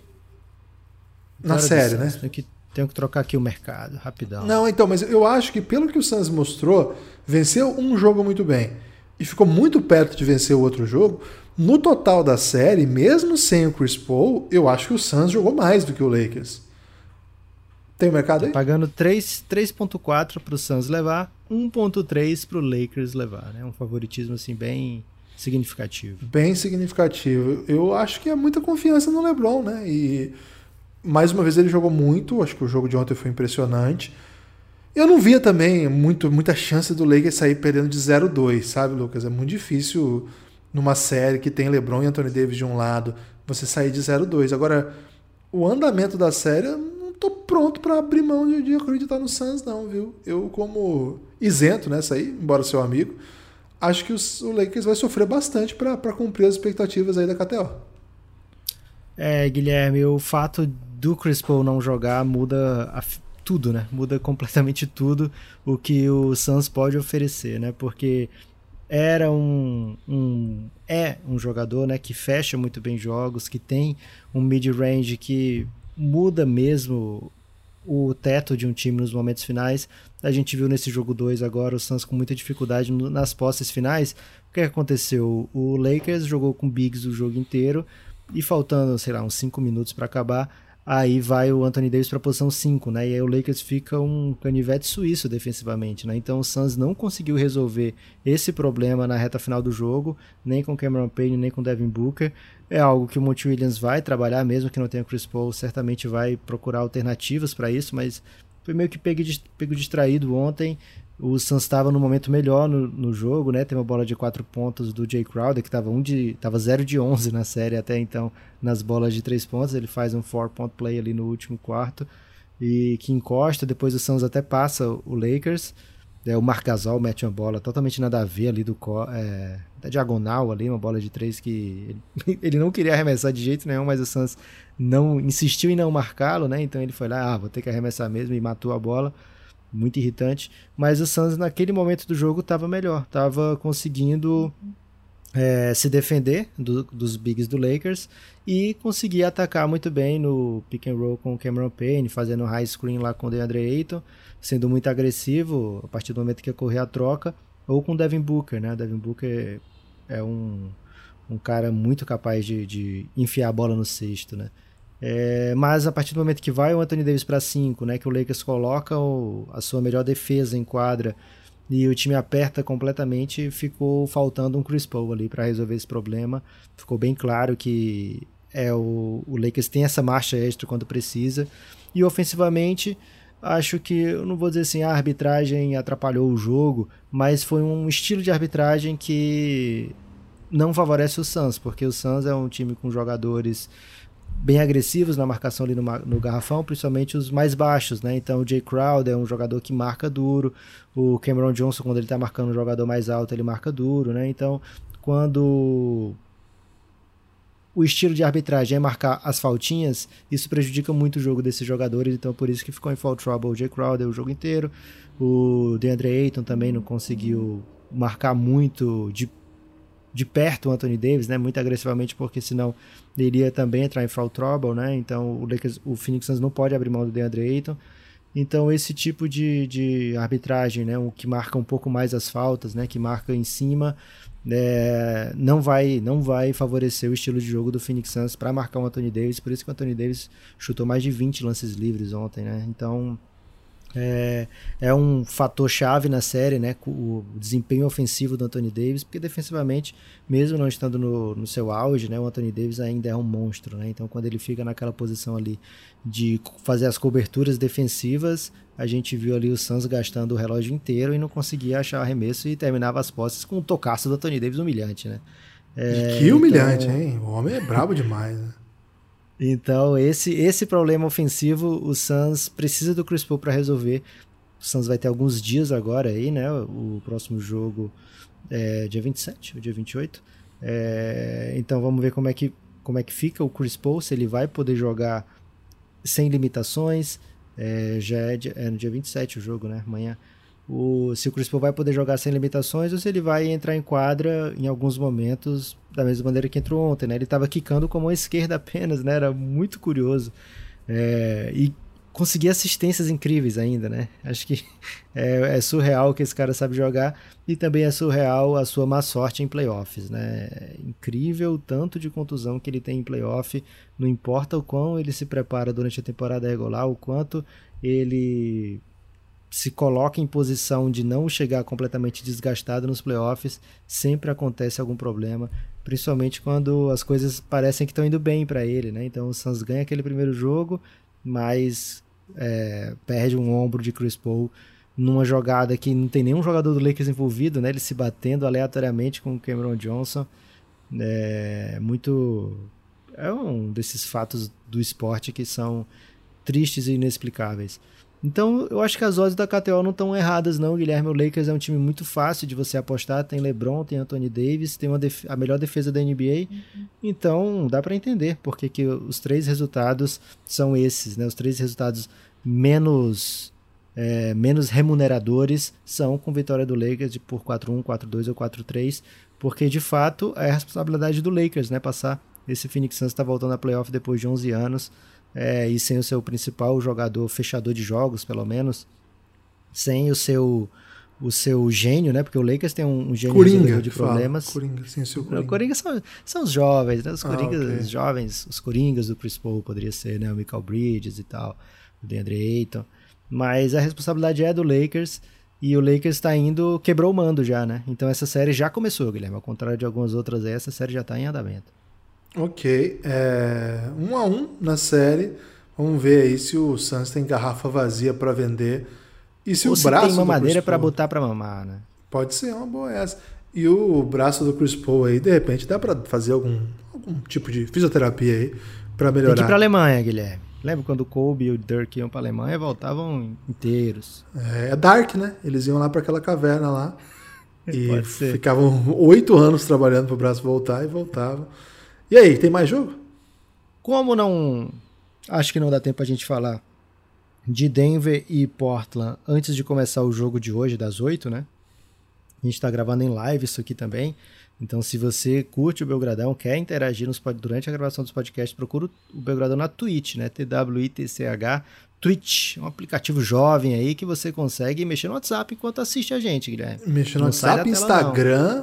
Na série, né? Tenho que trocar aqui o mercado, rapidão. Não, então, mas eu acho que pelo que o Suns mostrou, venceu um jogo muito bem e ficou muito perto de vencer o outro jogo. No total da série, mesmo sem o Chris Paul, eu acho que o Suns jogou mais do que o Lakers. Tem o mercado aí? Pagando 3.4 para o Suns levar, 1.3 para o Lakers levar. Né? Um favoritismo assim bem significativo. Bem significativo. Eu acho que é muita confiança no LeBron, né? E mais uma vez ele jogou muito. Acho que o jogo de ontem foi impressionante. Eu não via também muita chance do Lakers sair perdendo de 0-2, sabe, Lucas? É muito difícil numa série que tem LeBron e Anthony Davis de um lado, você sair de 0-2. Agora, o andamento da série, eu não tô pronto para abrir mão de acreditar no Suns, não, viu? Eu, como isento nessa aí, embora seu amigo, acho que o Lakers vai sofrer bastante para cumprir as expectativas aí da KTO. Guilherme, o fato do Chris Paul não jogar muda tudo, né? Muda completamente tudo o que o Suns pode oferecer, né? Porque é um jogador, né, que fecha muito bem jogos, que tem um mid-range que muda mesmo o teto de um time nos momentos finais. A gente viu nesse jogo 2 agora o Suns com muita dificuldade nas posses finais. O que aconteceu? O Lakers jogou com bigs o jogo inteiro e faltando, sei lá, uns 5 minutos para acabar, aí vai o Anthony Davis para a posição 5, né? E aí o Lakers fica um canivete suíço defensivamente, né? Então o Suns não conseguiu resolver esse problema na reta final do jogo, nem com Cameron Payne, nem com Devin Booker. É algo que o Monty Williams vai trabalhar, mesmo que não tenha Chris Paul, certamente vai procurar alternativas para isso, mas foi meio que pego distraído ontem. O Suns estava no momento melhor no jogo, né? Tem uma bola de 4 pontos do Jay Crowder, que estava 0 de 11 na série até então, nas bolas de 3 pontos. Ele faz um 4-point play ali no último quarto, e que encosta. Depois o Suns até passa o Lakers. O Marc Gasol mete uma bola totalmente nada a ver ali da diagonal ali, uma bola de 3 que ele não queria arremessar de jeito nenhum, mas o Suns não insistiu em não marcá-lo, né? Então ele foi lá, vou ter que arremessar mesmo, e matou a bola. Muito irritante, mas o Suns naquele momento do jogo estava melhor, estava conseguindo se defender dos bigs do Lakers e conseguia atacar muito bem no pick and roll com o Cameron Payne, fazendo high screen lá com o DeAndre Ayton, sendo muito agressivo a partir do momento que ia correr a troca, ou com o Devin Booker, né? Devin Booker é um cara muito capaz de enfiar a bola no cesto, né? Mas a partir do momento que vai o Anthony Davis para 5, né, que o Lakers coloca a sua melhor defesa em quadra e o time aperta completamente, ficou faltando um Chris Paul ali para resolver esse problema. Ficou bem claro que o Lakers tem essa marcha extra quando precisa. E ofensivamente, acho que, eu não vou dizer assim, a arbitragem atrapalhou o jogo, mas foi um estilo de arbitragem que não favorece o Suns, porque o Suns é um time com jogadores bem agressivos na marcação ali no garrafão, principalmente os mais baixos, né? Então o Jay Crowder é um jogador que marca duro, o Cameron Johnson, quando ele tá marcando um jogador mais alto, ele marca duro, né? Então, quando o estilo de arbitragem é marcar as faltinhas, isso prejudica muito o jogo desses jogadores, então por isso que ficou em foul trouble o Jay Crowder o jogo inteiro. O DeAndre Ayton também não conseguiu marcar muito de perto o Anthony Davis, né, muito agressivamente, porque senão ele iria também entrar em foul trouble, né? Então o Phoenix Suns não pode abrir mão do DeAndre Ayton. Então esse tipo de arbitragem, né, o que marca um pouco mais as faltas, né, que marca em cima, não vai favorecer o estilo de jogo do Phoenix Suns para marcar o Anthony Davis. Por isso que o Anthony Davis chutou mais de 20 lances livres ontem, né? Então é um fator chave na série, né, o desempenho ofensivo do Anthony Davis, porque defensivamente, mesmo não estando no seu auge, né, o Anthony Davis ainda é um monstro, né? Então quando ele fica naquela posição ali de fazer as coberturas defensivas, a gente viu ali o Suns gastando o relógio inteiro e não conseguia achar arremesso e terminava as posses com um tocaço do Anthony Davis humilhante, né? Que humilhante, hein? O homem é brabo demais, né? Então, esse problema ofensivo, o Suns precisa do Chris Paul para resolver. O Suns vai ter alguns dias agora aí, né? O próximo jogo é dia 27 ou dia 28. Então, vamos ver como é que fica o Chris Paul, se ele vai poder jogar sem limitações. Já é no dia 27 o jogo, né? Amanhã. Se o Chris Paul vai poder jogar sem limitações ou se ele vai entrar em quadra em alguns momentos da mesma maneira que entrou ontem, né? Ele estava quicando com a mão esquerda apenas, né? Era muito curioso. E conseguia assistências incríveis ainda, né? Acho que é surreal que esse cara sabe jogar, e também é surreal a sua má sorte em playoffs, né? É incrível o tanto de contusão que ele tem em playoff, não importa o quão ele se prepara durante a temporada regular, o quanto ele se coloca em posição de não chegar completamente desgastado nos playoffs, sempre acontece algum problema, principalmente quando as coisas parecem que estão indo bem para ele, né? Então o Suns ganha aquele primeiro jogo, mas perde um ombro de Chris Paul numa jogada que não tem nenhum jogador do Lakers envolvido, né? Ele se batendo aleatoriamente com o Cameron Johnson. É um desses fatos do esporte que são tristes e inexplicáveis. Então, eu acho que as odds da KTO não estão erradas, não, Guilherme. O Lakers é um time muito fácil de você apostar. Tem LeBron, tem Anthony Davis, tem a melhor defesa da NBA. Então, dá para entender porque que os 3 resultados são esses, né? Os 3 resultados menos remuneradores são com vitória do Lakers por 4-1, 4-2 ou 4-3, porque, de fato, é a responsabilidade do Lakers, né? Passar. Esse Phoenix Suns está voltando a playoff depois de 11 anos. E sem o seu principal jogador, fechador de jogos, pelo menos, sem o seu gênio, né? Porque o Lakers tem um gênio Coringa, de problemas. Coringa, sem o seu Coringa. O Coringa são os jovens, né? Os Coringas jovens, os Coringas do Chris Paul poderia ser, né? O Michael Bridges e tal, o DeAndre Ayton. Mas a responsabilidade é do Lakers, e o Lakers quebrou o mando já, né? Então essa série já começou, Guilherme. Ao contrário de algumas outras, essa série já está em andamento. Ok, 1-1 na série. Vamos ver aí se o Suns tem garrafa vazia para vender e se ou o se braço tem mamadeira do para botar para mamar, né? Pode ser uma boa essa. E o braço do Chris Paul aí, de repente, dá para fazer algum tipo de fisioterapia aí para melhorar. Tem que ir para Alemanha, Guilherme. Lembra quando o Kobe e o Dirk iam para Alemanha e voltavam inteiros? É dark, né? Eles iam lá para aquela caverna lá e ficavam 8 anos trabalhando para o braço voltar e voltavam. E aí, tem mais jogo? Como não... Acho que não dá tempo a gente falar de Denver e Portland antes de começar o jogo de hoje, das 8, né? A gente está gravando em live isso aqui também. Então, se você curte o Belgradão, quer interagir durante a gravação dos podcasts, procura o Belgradão na Twitch, né? TWITCH, Twitch, um aplicativo jovem aí que você consegue mexer no WhatsApp enquanto assiste a gente, Guilherme. Mexer no WhatsApp, Instagram,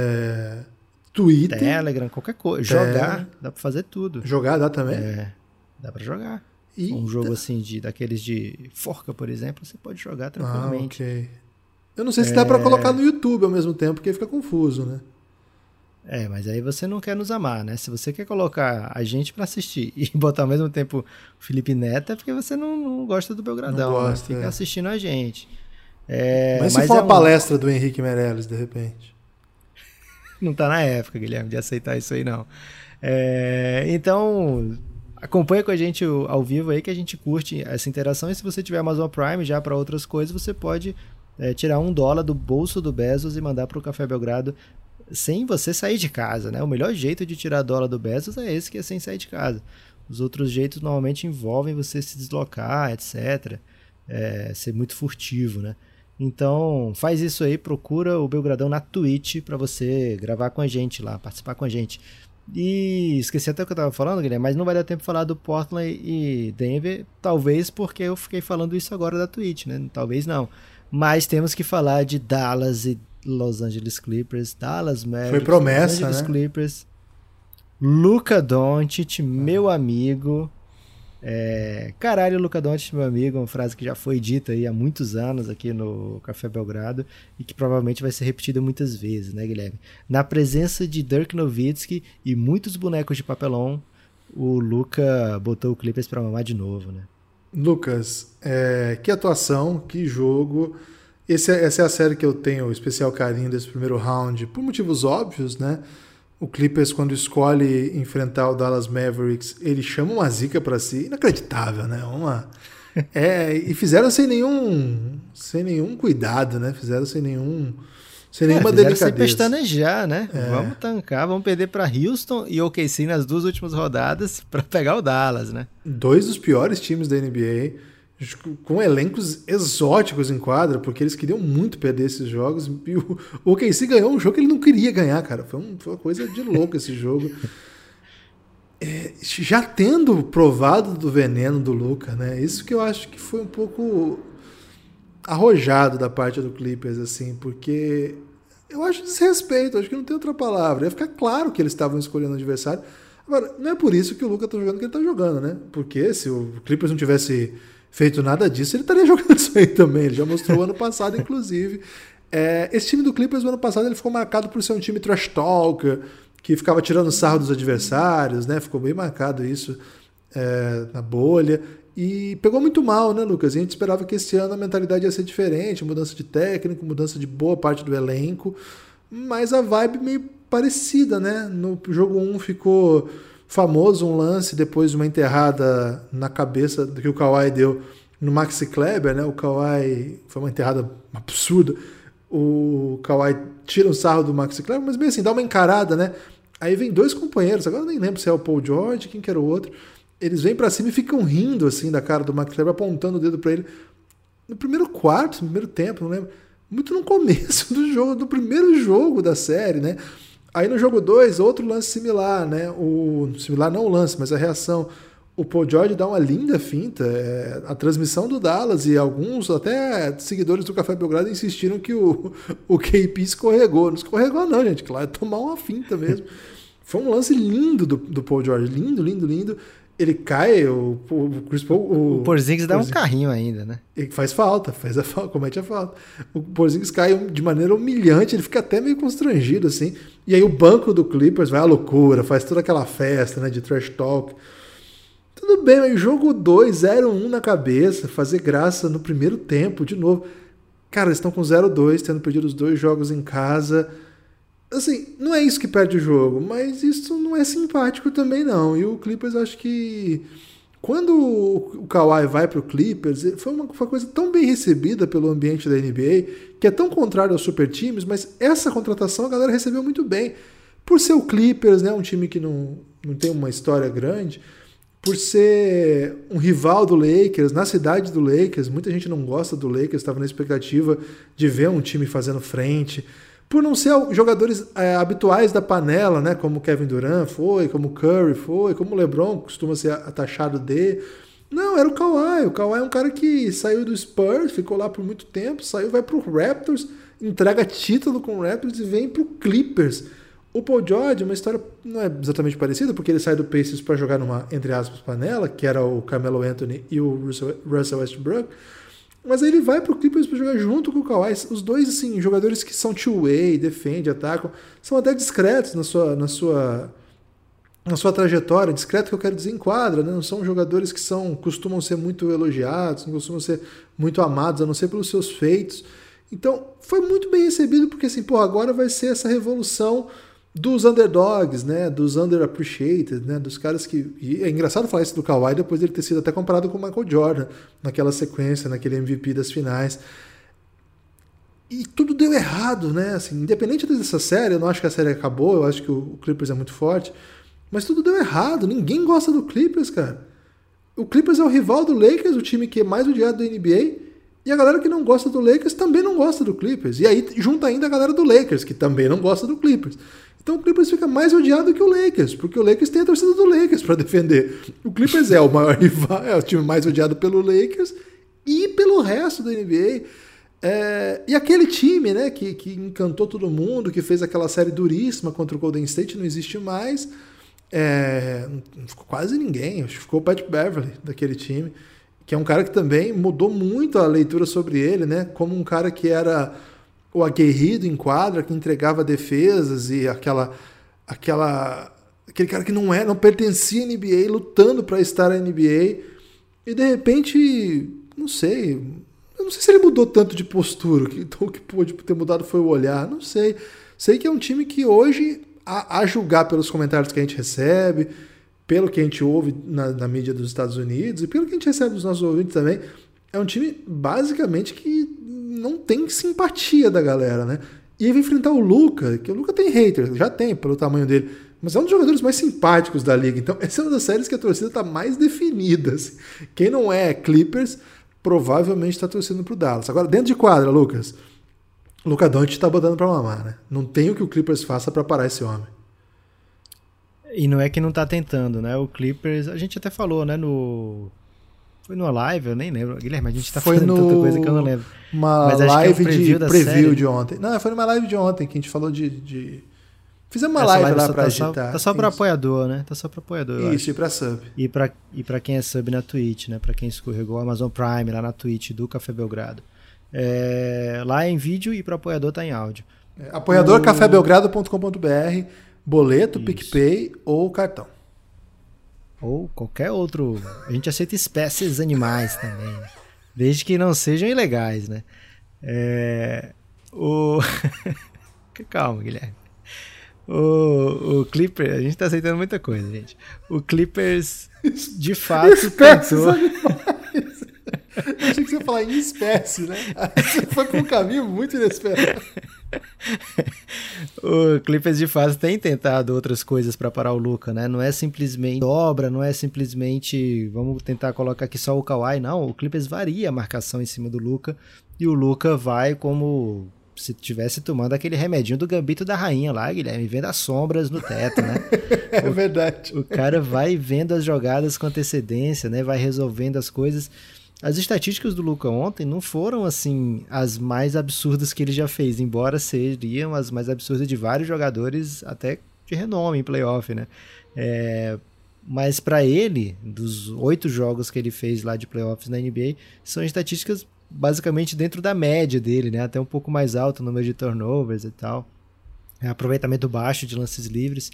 Twitter, Telegram, qualquer coisa. Jogar, dá pra fazer tudo. Jogar dá também? Dá pra jogar. Um jogo assim, daqueles de forca, por exemplo, você pode jogar tranquilamente. Ok. Eu não sei se dá pra colocar no YouTube ao mesmo tempo, porque fica confuso, né? Mas aí você não quer nos amar, né? Se você quer colocar a gente pra assistir e botar ao mesmo tempo o Felipe Neto, é porque você não gosta do Belgradão, não gosta, né? Fica assistindo a gente. Mas se for uma palestra do Henrique Meirelles, de repente... Não tá na época, Guilherme, de aceitar isso aí, não. Então, acompanha com a gente ao vivo aí, que a gente curte essa interação. E se você tiver Amazon Prime já para outras coisas, você pode tirar $1 do bolso do Bezos e mandar para o Café Belgrado sem você sair de casa, né? O melhor jeito de tirar $1 do Bezos é esse, que é sem sair de casa. Os outros jeitos normalmente envolvem você se deslocar, etc. Ser muito furtivo, né? Então, faz isso aí, procura o Belgradão na Twitch para você gravar com a gente lá, participar com a gente. E esqueci até o que eu tava falando, Guilherme, mas não vai dar tempo de falar do Portland e Denver, talvez porque eu fiquei falando isso agora da Twitch, né? Talvez não. Mas temos que falar de Dallas e Los Angeles Clippers, Dallas Mavericks, foi promessa, Los Angeles né? Clippers, Luka Doncic, meu amigo. Caralho, Luka Doncic, meu amigo, uma frase que já foi dita aí há muitos anos aqui no Café Belgrado e que provavelmente vai ser repetida muitas vezes, né, Guilherme? Na presença de Dirk Nowitzki e muitos bonecos de papelão, o Luka botou o Clippers pra mamar de novo, né? Lucas, que atuação, que jogo. Essa é a série que eu tenho especial carinho desse primeiro round, por motivos óbvios, né? O Clippers, quando escolhe enfrentar o Dallas Mavericks, ele chama uma zica pra si, inacreditável, né? E fizeram sem nenhum cuidado, né? Fizeram sem nenhuma delicadeza. Sem pestanejar, né? Vamos tancar, vamos perder pra Houston e OKC nas 2 últimas rodadas pra pegar o Dallas, né? 2 dos piores times da NBA, com elencos exóticos em quadra, porque eles queriam muito perder esses jogos, e o OKC ganhou um jogo que ele não queria ganhar, cara. Foi uma coisa de louco esse jogo. Já tendo provado do veneno do Luka, né? Isso que eu acho que foi um pouco arrojado da parte do Clippers, assim, porque eu acho desrespeito, acho que não tem outra palavra. Ia ficar claro que eles estavam escolhendo o adversário. Agora, não é por isso que o Luka tá jogando o que ele tá jogando, né? Porque se o Clippers não tivesse feito nada disso, ele estaria jogando isso aí também. Ele já mostrou ano passado, inclusive. Esse time do Clippers, no ano passado, ele ficou marcado por ser um time trash talker, que ficava tirando sarro dos adversários, né? Ficou bem marcado isso na bolha. E pegou muito mal, né, Lucas? E a gente esperava que esse ano a mentalidade ia ser diferente, mudança de técnico, mudança de boa parte do elenco, mas a vibe meio parecida, né? No jogo 1 ficou famoso um lance depois de uma enterrada na cabeça que o Kawhi deu no Maxi Kleber, né? O Kawhi foi uma enterrada absurda. O Kawhi tira um sarro do Maxi Kleber, mas bem assim, dá uma encarada, né? Aí vem dois companheiros, agora eu nem lembro se é o Paul George, quem que era o outro. Eles vêm pra cima e ficam rindo assim da cara do Maxi Kleber, apontando o dedo pra ele. No primeiro quarto, no primeiro tempo, não lembro. Muito no começo do jogo, do primeiro jogo da série, né? Aí no jogo 2, outro lance similar, né? Similar não o lance, mas a reação. O Paul George dá uma linda finta. A transmissão do Dallas e alguns até seguidores do Café Belgrado insistiram que o KP escorregou. Não escorregou não, gente. Claro, é tomar uma finta mesmo. Foi um lance lindo do Paul George. Lindo, lindo, lindo. Ele cai, o Chris Paul... O Porzingis dá um carrinho ainda, né? Ele faz falta, comete a falta. O Porzingis cai de maneira humilhante, ele fica até meio constrangido, assim. E aí o banco do Clippers vai à loucura, faz toda aquela festa, né, de trash talk. Tudo bem, mas jogo 2, 0-1 na cabeça, fazer graça no primeiro tempo, de novo. Cara, eles estão com 0-2, tendo perdido os 2 jogos em casa. Assim, não é isso que perde o jogo, mas isso não é simpático também não. E o Clippers, acho que quando o Kawhi vai pro Clippers, foi uma coisa tão bem recebida pelo ambiente da NBA, que é tão contrário aos super times, mas essa contratação a galera recebeu muito bem. Por ser o Clippers, né, um time que não tem uma história grande, por ser um rival do Lakers, na cidade do Lakers, muita gente não gosta do Lakers, estava na expectativa de ver um time fazendo frente. Por não ser jogadores habituais da panela, né? Como o Kevin Durant foi, como o Curry foi, como o LeBron costuma ser atachado de. Não, era o Kawhi. O Kawhi é um cara que saiu do Spurs, ficou lá por muito tempo, saiu, vai pro Raptors, entrega título com o Raptors e vem pro Clippers. O Paul George, uma história não é exatamente parecida, porque ele sai do Pacers para jogar numa, entre aspas, panela, que era o Carmelo Anthony e o Russell Westbrook. Mas aí ele vai pro Clippers para jogar junto com o Kawhi. Os dois, assim, jogadores que são two-way, defendem, atacam, são até discretos na sua trajetória. Discreto que eu quero dizer em quadra, né? Não são jogadores que costumam ser muito elogiados, não costumam ser muito amados, a não ser pelos seus feitos. Então, foi muito bem recebido, porque assim, pô, agora vai ser essa revolução dos underdogs, né, dos underappreciated, né, dos caras que... E é engraçado falar isso do Kawhi depois dele ter sido até comparado com o Michael Jordan naquela sequência, naquele MVP das finais. E tudo deu errado, né, assim, independente dessa série, eu não acho que a série acabou, eu acho que o Clippers é muito forte, mas tudo deu errado, ninguém gosta do Clippers, cara. O Clippers é o rival do Lakers, o time que é mais odiado da NBA, e a galera que não gosta do Lakers também não gosta do Clippers. E aí junta ainda a galera do Lakers, que também não gosta do Clippers. Então o Clippers fica mais odiado que o Lakers, porque o Lakers tem a torcida do Lakers para defender. O Clippers é o maior rival, é o time mais odiado pelo Lakers e pelo resto da NBA. E aquele time, né, que encantou todo mundo, que fez aquela série duríssima contra o Golden State, não existe mais. Não ficou quase ninguém, acho que ficou o Pat Beverly daquele time, que é um cara que também mudou muito a leitura sobre ele, né, como um cara que era o aguerrido em quadra, que entregava defesas e aquele cara que não pertencia à NBA, lutando para estar na NBA, e de repente, eu não sei se ele mudou tanto de postura, então o que pôde ter mudado foi o olhar, não sei. Sei que é um time que hoje, a julgar pelos comentários que a gente recebe, pelo que a gente ouve na mídia dos Estados Unidos e pelo que a gente recebe dos nossos ouvintes também, é um time basicamente que não tem simpatia da galera, né? E aí vai enfrentar o Luka, que o Luka tem hater, já tem pelo tamanho dele, mas é um dos jogadores mais simpáticos da liga. Então essa é uma das séries que a torcida está mais definida. Assim. Quem não é Clippers provavelmente está torcendo pro Dallas. Agora, dentro de quadra, Lucas, Luka Doncic está botando para mamar, né? Não tem o que o Clippers faça para parar esse homem. E não é que não tá tentando, né? O Clippers, a gente até falou, né, Foi numa live, eu nem lembro. Guilherme, a gente tá fazendo tanta coisa que eu não lembro. Uma live de preview de ontem. Não, foi numa live de ontem que a gente falou de... Fizemos uma live lá pra agitar. Tá só pra apoiador, né? Tá só pra apoiador. Isso, e pra sub. E pra quem é sub na Twitch, né? Pra quem escorregou o Amazon Prime lá na Twitch do Café Belgrado. Lá em vídeo e pra apoiador tá em áudio. Apoiador cafébelgrado.com.br, boleto, isso. PicPay ou cartão. Ou qualquer outro. A gente aceita espécies animais também, né? Desde que não sejam ilegais, né? Calma, Guilherme. O Clippers, a gente tá aceitando muita coisa, gente. O Clippers, de fato, tentou... Eu achei que você ia falar em espécie, né? Aí você foi para um caminho muito inesperado. O Clippers de fato tem tentado outras coisas para parar o Luka, né? Não é simplesmente dobra, não é simplesmente vamos tentar colocar aqui só o Kawhi, não. O Clippers varia a marcação em cima do Luka e o Luka vai como se estivesse tomando aquele remedinho do Gambito da Rainha lá, Guilherme, vendo as sombras no teto, né? É verdade. O cara vai vendo as jogadas com antecedência, né? Vai resolvendo as coisas. As estatísticas do Luka ontem não foram, assim, as mais absurdas que ele já fez, embora seriam as mais absurdas de vários jogadores até de renome em playoff, né? Mas para ele, dos 8 jogos que ele fez lá de playoffs na NBA, são estatísticas basicamente dentro da média dele, né? Até um pouco mais alto o número de turnovers e tal. Aproveitamento baixo de lances livres.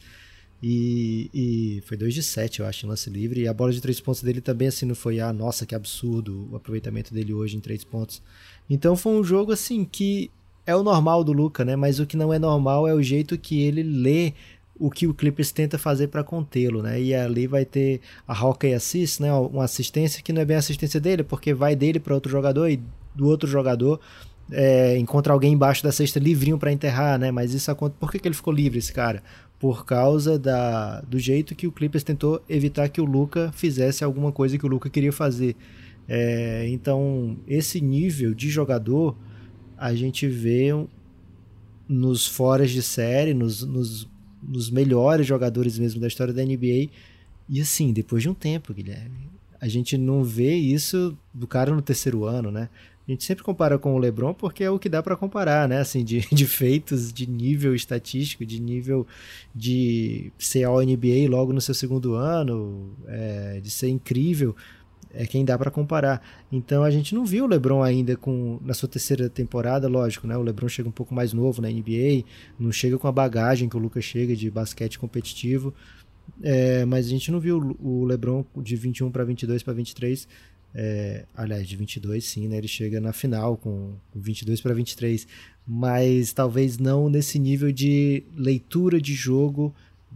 E foi 2 de 7, eu acho, em lance livre. E a bola de 3 pontos dele também, assim, não foi, nossa, que absurdo o aproveitamento dele hoje em 3 pontos. Então foi um jogo, assim, que é o normal do Luka, né? Mas o que não é normal é o jeito que ele lê o que o Clippers tenta fazer para contê-lo, né? E ali vai ter a Hockey Assist, né? Uma assistência que não é bem a assistência dele, porque vai dele para outro jogador e do outro jogador encontra alguém embaixo da cesta livrinho para enterrar, né? Mas isso acontece. Por que ele ficou livre, esse cara? Por causa do jeito que o Clippers tentou evitar que o Luka fizesse alguma coisa que o Luka queria fazer. Então, esse nível de jogador a gente vê nos foras de série, nos melhores jogadores mesmo da história da NBA. E assim, depois de um tempo, Guilherme, a gente não vê isso do cara no terceiro ano, né? A gente sempre compara com o LeBron porque é o que dá para comparar, né? Assim, de feitos, de nível estatístico, de nível de ser All-NBA logo no seu segundo ano, de ser incrível, é quem dá para comparar. Então a gente não viu o LeBron ainda na sua terceira temporada, lógico, né? O LeBron chega um pouco mais novo na NBA, não chega com a bagagem que o Luka chega de basquete competitivo, mas a gente não viu o LeBron de 21 para 22 para 23. Aliás, de 22 sim, né? Ele chega na final com 22 para 23, mas talvez não nesse nível de leitura de jogo,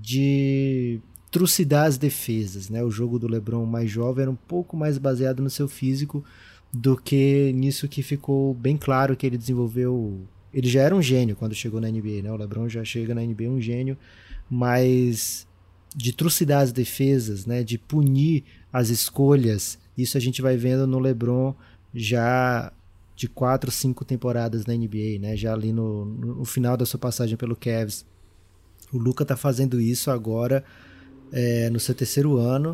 de trucidar as defesas, né? O jogo do LeBron mais jovem era um pouco mais baseado no seu físico do que nisso que ficou bem claro que ele desenvolveu. Ele já era um gênio quando chegou na NBA, né? O LeBron já chega na NBA um gênio, mas de trucidar as defesas, né? De punir as escolhas. Isso a gente vai vendo no LeBron já de 4, 5 temporadas na NBA, né? Já ali no final da sua passagem pelo Cavs. O Luka tá fazendo isso agora no seu terceiro ano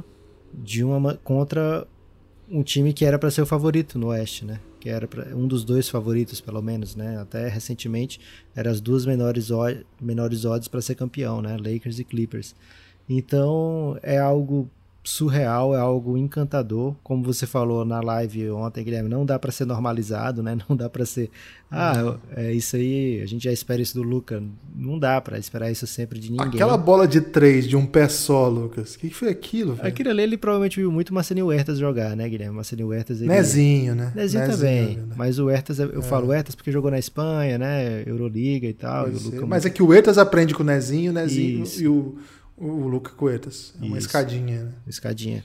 contra um time que era para ser o favorito no Oeste, né? Que era um dos 2 favoritos, pelo menos, né? Até recentemente eram as 2 menores odds para ser campeão, né? Lakers e Clippers. Então é algo surreal, é algo encantador, como você falou na live ontem, Guilherme, não dá para ser normalizado, né? Não dá para ser, isso aí, a gente já espera isso do Luka, não dá para esperar isso sempre de ninguém. Aquela bola de 3 de um pé só, Lucas, o que foi aquilo, velho? Aquilo ali ele provavelmente viu muito o Marcelinho Huertas jogar, né, Guilherme? Marcelinho Huertas... Nezinho, né? Nezinho também, né? Mas o Huertas, eu falo Huertas porque jogou na Espanha, né, Euroliga e tal. E o Luka mas é que o Huertas aprende com o Nezinho e o Luka Huertas. É uma escadinha, né? Escadinha.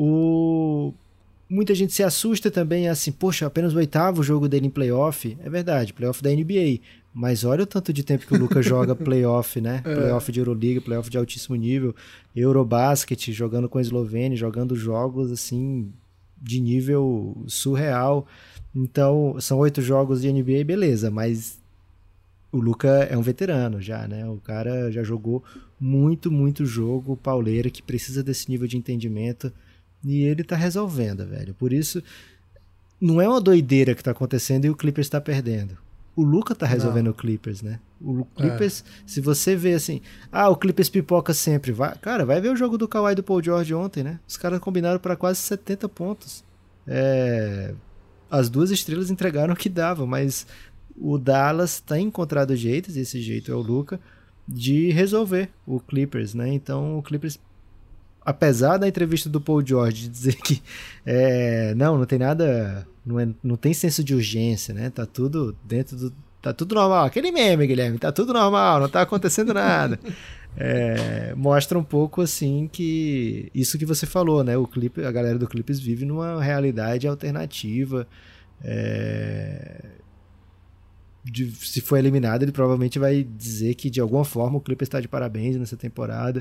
Muita gente se assusta também, assim, poxa, apenas o 8º jogo dele em playoff. É verdade, playoff da NBA. Mas olha o tanto de tempo que o Luka joga playoff, né? Playoff de Euroliga, playoff de altíssimo nível. Eurobasket, jogando com a Eslovênia, jogando jogos, assim, de nível surreal. Então, são 8 jogos de NBA, beleza, mas o Luka é um veterano já, né? O cara já jogou muito jogo pauleira que precisa desse nível de entendimento e ele tá resolvendo, velho. Por isso, não é uma doideira que tá acontecendo e o Clippers tá perdendo. O Luka tá resolvendo o Clippers, né? O Clippers, se você vê assim, o Clippers pipoca sempre. Vai ver o jogo do Kawhi e do Paul George ontem, né? Os caras combinaram para quase 70 pontos. As 2 estrelas entregaram o que dava, mas o Dallas tem encontrado jeitos, e esse jeito é o Luka, de resolver o Clippers, né? Então o Clippers, apesar da entrevista do Paul George dizer que não tem nada, não tem senso de urgência, né? Tá tudo dentro tá tudo normal. Aquele meme, Guilherme, tá tudo normal, não tá acontecendo nada. mostra um pouco assim que isso que você falou, né? A galera do Clippers vive numa realidade alternativa. Se for eliminado, ele provavelmente vai dizer que de alguma forma o Clippers está de parabéns nessa temporada.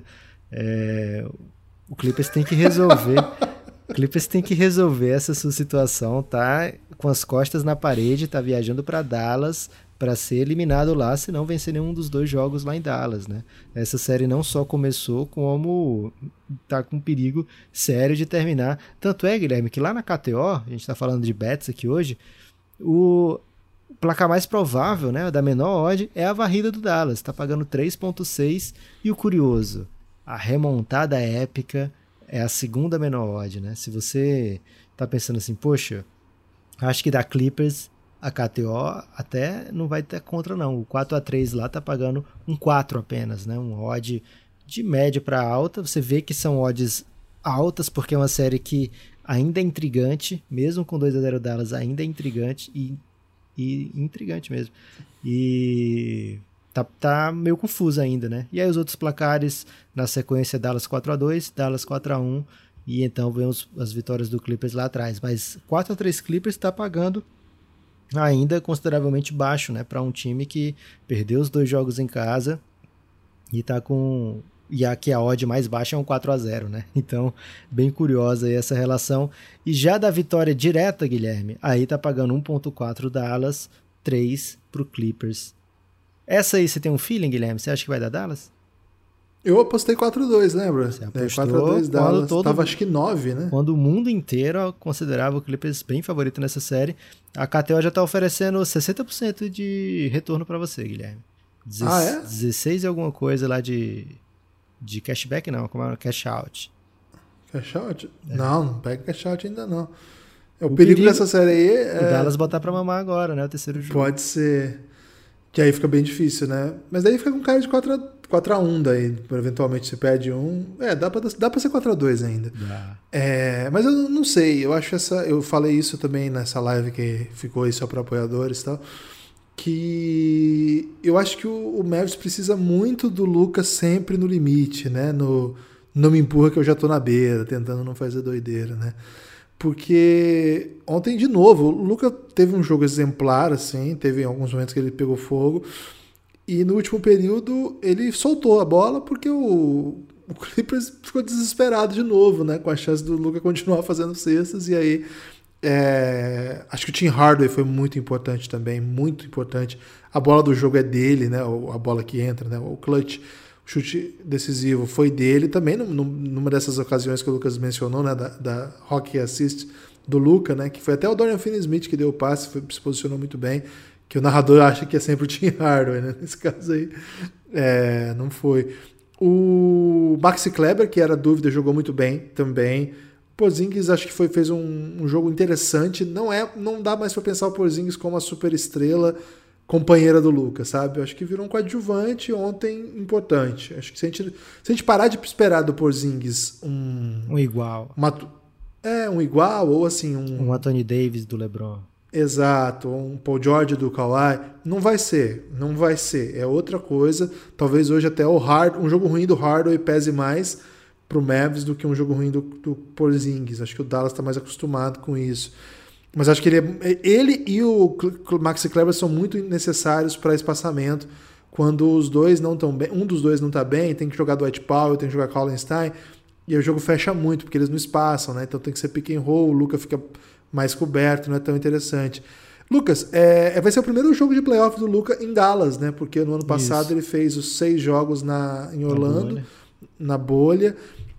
O Clippers tem que resolver. O Clippers tem que resolver essa sua situação, tá com as costas na parede, tá viajando para Dallas para ser eliminado lá, se não vencer nenhum dos 2 jogos lá em Dallas, né? Essa série não só começou, como tá com perigo sério de terminar. Tanto é, Guilherme, que lá na KTO, a gente tá falando de bets aqui hoje, o placar mais provável, né, da menor odd, é a varrida do Dallas, tá pagando 3.6, e o curioso, a remontada épica é a segunda menor odd, né? Se você tá pensando assim, poxa, acho que da Clippers a KTO até não vai ter contra não. O 4-3 lá tá pagando um 4 apenas, né? Um odd de média para alta. Você vê que são odds altas porque é uma série que ainda é intrigante, mesmo com 2-0 Dallas, ainda é intrigante e intrigante mesmo. E tá meio confuso ainda, né? E aí os outros placares na sequência, Dallas 4-2, Dallas 4-1, e então vemos as vitórias do Clippers lá atrás. Mas 4-3 Clippers está pagando ainda consideravelmente baixo, né? Para um time que perdeu os 2 jogos em casa e tá com... E aqui a odd mais baixa é um 4-0, né? Então, bem curiosa aí essa relação. E já da vitória direta, Guilherme, aí tá pagando 1.4 Dallas, 3 pro Clippers. Essa aí você tem um feeling, Guilherme? Você acha que vai dar Dallas? Eu apostei 4-2, lembra? Você apostou 4-2 Dallas. Tava acho que 9, né? Quando o mundo inteiro considerava o Clippers bem favorito nessa série, a KTO já tá oferecendo 60% de retorno para você, Guilherme. 16 e alguma coisa lá de cashback, não, como é cash out. Cash out? Não pega cash out ainda não. O perigo dessa série aí é... O Dallas botar pra mamar agora, né? O terceiro jogo. Pode ser. Que aí fica bem difícil, né? Mas daí fica com cara de 4-1 daí. Eventualmente você perde um. Dá pra ser 4-2 ainda. Mas eu não sei. Eu acho eu falei isso também nessa live que ficou aí só para apoiadores e tal. Que eu acho que o Mavericks precisa muito do Lucas sempre no limite, né? Não me empurra que eu já tô na beira, tentando não fazer doideira, né? Porque ontem, de novo, o Luka teve um jogo exemplar, assim, teve alguns momentos que ele pegou fogo, e no último período ele soltou a bola porque o Clippers ficou desesperado de novo, né, com a chance do Luka continuar fazendo cestas, e aí acho que o Tim Hardaway foi muito importante também, muito importante. A bola do jogo é dele, né, a bola que entra, né, o clutch, o chute decisivo foi dele também, numa dessas ocasiões que o Lucas mencionou, né, da hockey assist do Luka, né, que foi até o Dorian Finney-Smith que deu o passe, se posicionou muito bem, que o narrador acha que é sempre o Tim Hardaway, né, nesse caso aí não foi. O Maxi Kleber, que era dúvida, jogou muito bem também. Porzingis acho que fez um jogo interessante, não dá mais para pensar o Porzingis como a super estrela companheira do Lucas, sabe? Eu acho que virou um coadjuvante ontem importante. Acho que se a gente parar de esperar do Porzingis um igual. Um igual, ou assim... Um Anthony Davis do LeBron. Exato, um Paul George do Kawhi. Não vai ser. É outra coisa. Talvez hoje até um jogo ruim do Hardaway pese mais pro Mavs do que um jogo ruim do Porzingis. Acho que o Dallas está mais acostumado com isso. Mas acho que ele e o Maxi Kleber são muito necessários para espaçamento. Quando os dois não estão bem, um dos dois não está bem, tem que jogar Dwight Powell, tem que jogar Kallenstein, e aí o jogo fecha muito, porque eles não espaçam, né? Então tem que ser pick and roll, o Luka fica mais coberto, não é tão interessante. Lucas, vai ser o primeiro jogo de playoff do Luka em Dallas, né? Porque no ano passado ele fez os 6 jogos em Orlando, na bolha,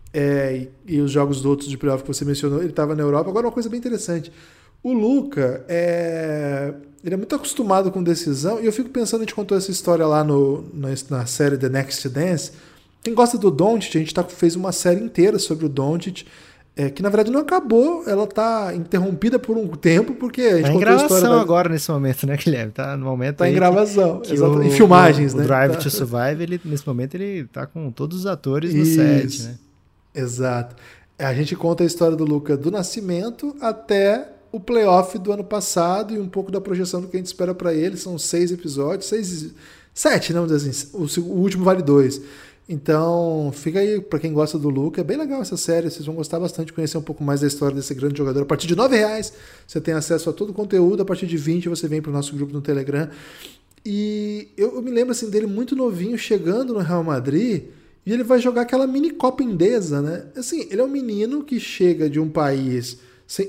e os jogos do outros de playoff que você mencionou, ele estava na Europa. Agora, uma coisa bem interessante. O Luka, ele é muito acostumado com decisão, e eu fico pensando, a gente contou essa história lá na série The Next Dance. Quem gosta do Doncic, a gente fez uma série inteira sobre o Doncic, que na verdade não acabou, ela tá interrompida por um tempo, porque a gente tá contou a história... Tá em gravação agora, nesse momento, né, Guilherme? Tá no momento tá em gravação, em filmagens, né? O Drive to Survive, nesse momento, ele tá com todos os atores no set, né? Exato. A gente conta a história do Luka do nascimento até o playoff do ano passado e um pouco da projeção do que a gente espera para ele. São 6 episódios, 7, vamos dizer assim, o último vale 2. Então, fica aí para quem gosta do Luka. É bem legal essa série, vocês vão gostar bastante de conhecer um pouco mais da história desse grande jogador. A partir de R$9 você tem acesso a todo o conteúdo, a partir de 20 você vem para o nosso grupo no Telegram. E eu me lembro assim, dele muito novinho, chegando no Real Madrid, e ele vai jogar aquela mini Copa Indesa, né? Assim, ele é um menino que chega de um país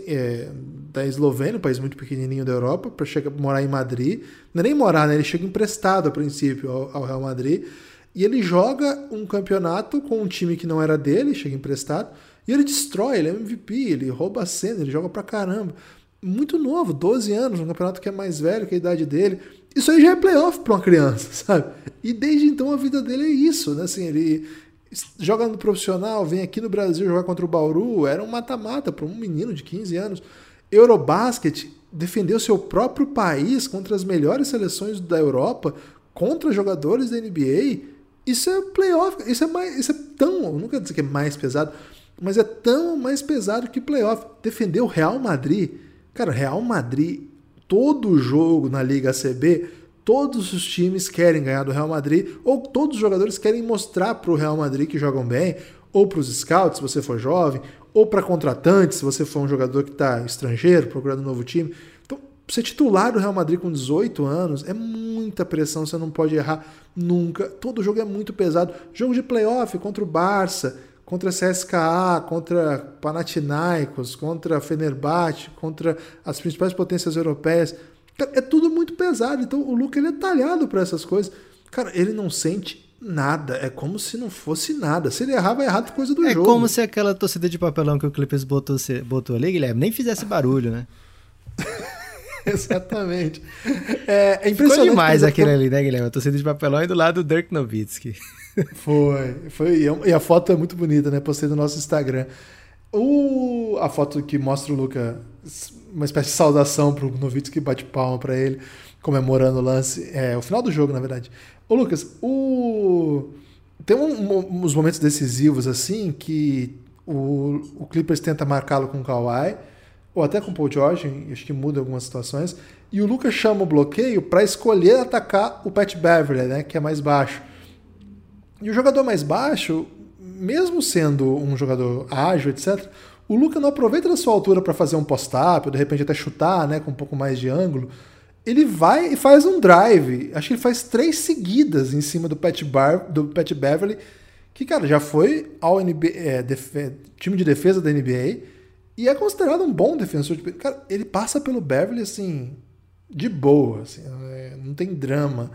da Eslovênia, um país muito pequenininho da Europa, para morar em Madrid. Não é nem morar, né? Ele chega emprestado a princípio ao Real Madrid. E ele joga um campeonato com um time que não era dele, chega emprestado, e ele destrói, ele é MVP, ele rouba a cena, ele joga pra caramba. Muito novo, 12 anos, um campeonato que é mais velho que a idade dele. Isso aí já é playoff pra uma criança, sabe? E desde então a vida dele é isso, né? Assim, ele joga no profissional, vem aqui no Brasil jogar contra o Bauru, era um mata-mata para um menino de 15 anos. Eurobasket, defendeu seu próprio país contra as melhores seleções da Europa, contra jogadores da NBA. Isso é playoff, isso é tão, eu nunca dizer que é mais pesado, mas é tão mais pesado que playoff. Defender o Real Madrid, cara, Real Madrid, todo jogo na Liga ACB, todos os times querem ganhar do Real Madrid, ou todos os jogadores querem mostrar para o Real Madrid que jogam bem, ou para os scouts, se você for jovem, ou para contratantes, se você for um jogador que está estrangeiro, procurando um novo time. Então, ser titular do Real Madrid com 18 anos é muita pressão, você não pode errar nunca. Todo jogo é muito pesado. Jogo de playoff contra o Barça, contra a CSKA, contra Panathinaikos, contra Fenerbahçe, contra as principais potências europeias. É tudo muito pesado. Então o Luka, ele é talhado para essas coisas. Cara, ele não sente nada. É como se não fosse nada. Se ele errar, vai errar coisa do jogo. É como se aquela torcida de papelão que o Clippers botou ali, Guilherme, nem fizesse barulho, né? Exatamente. É impressionante. Ficou demais aquele ali, né, Guilherme? A torcida de papelão e do lado do Dirk Nowitzki. Foi. E a foto é muito bonita, né? Postei no nosso Instagram. A foto que mostra o Luka, uma espécie de saudação pro Nowitzki, bate palma pra ele, comemorando o lance. O final do jogo, na verdade. Ô, Lucas, tem uns momentos decisivos, assim, que o Clippers tenta marcá-lo com o Kawhi, ou até com o Paul George, acho que muda algumas situações, e o Luka chama o bloqueio para escolher atacar o Pat Beverley, né, que é mais baixo. E o jogador mais baixo, mesmo sendo um jogador ágil, etc., o Luka não aproveita da sua altura para fazer um post-up, ou de repente até chutar, né, com um pouco mais de ângulo. Ele vai e faz um drive, acho que ele faz 3 seguidas em cima do Pat Beverley, que, cara, já foi ao time de defesa da NBA, e é considerado um bom defensor. Cara, ele passa pelo Beverley, assim, de boa, assim, não tem drama.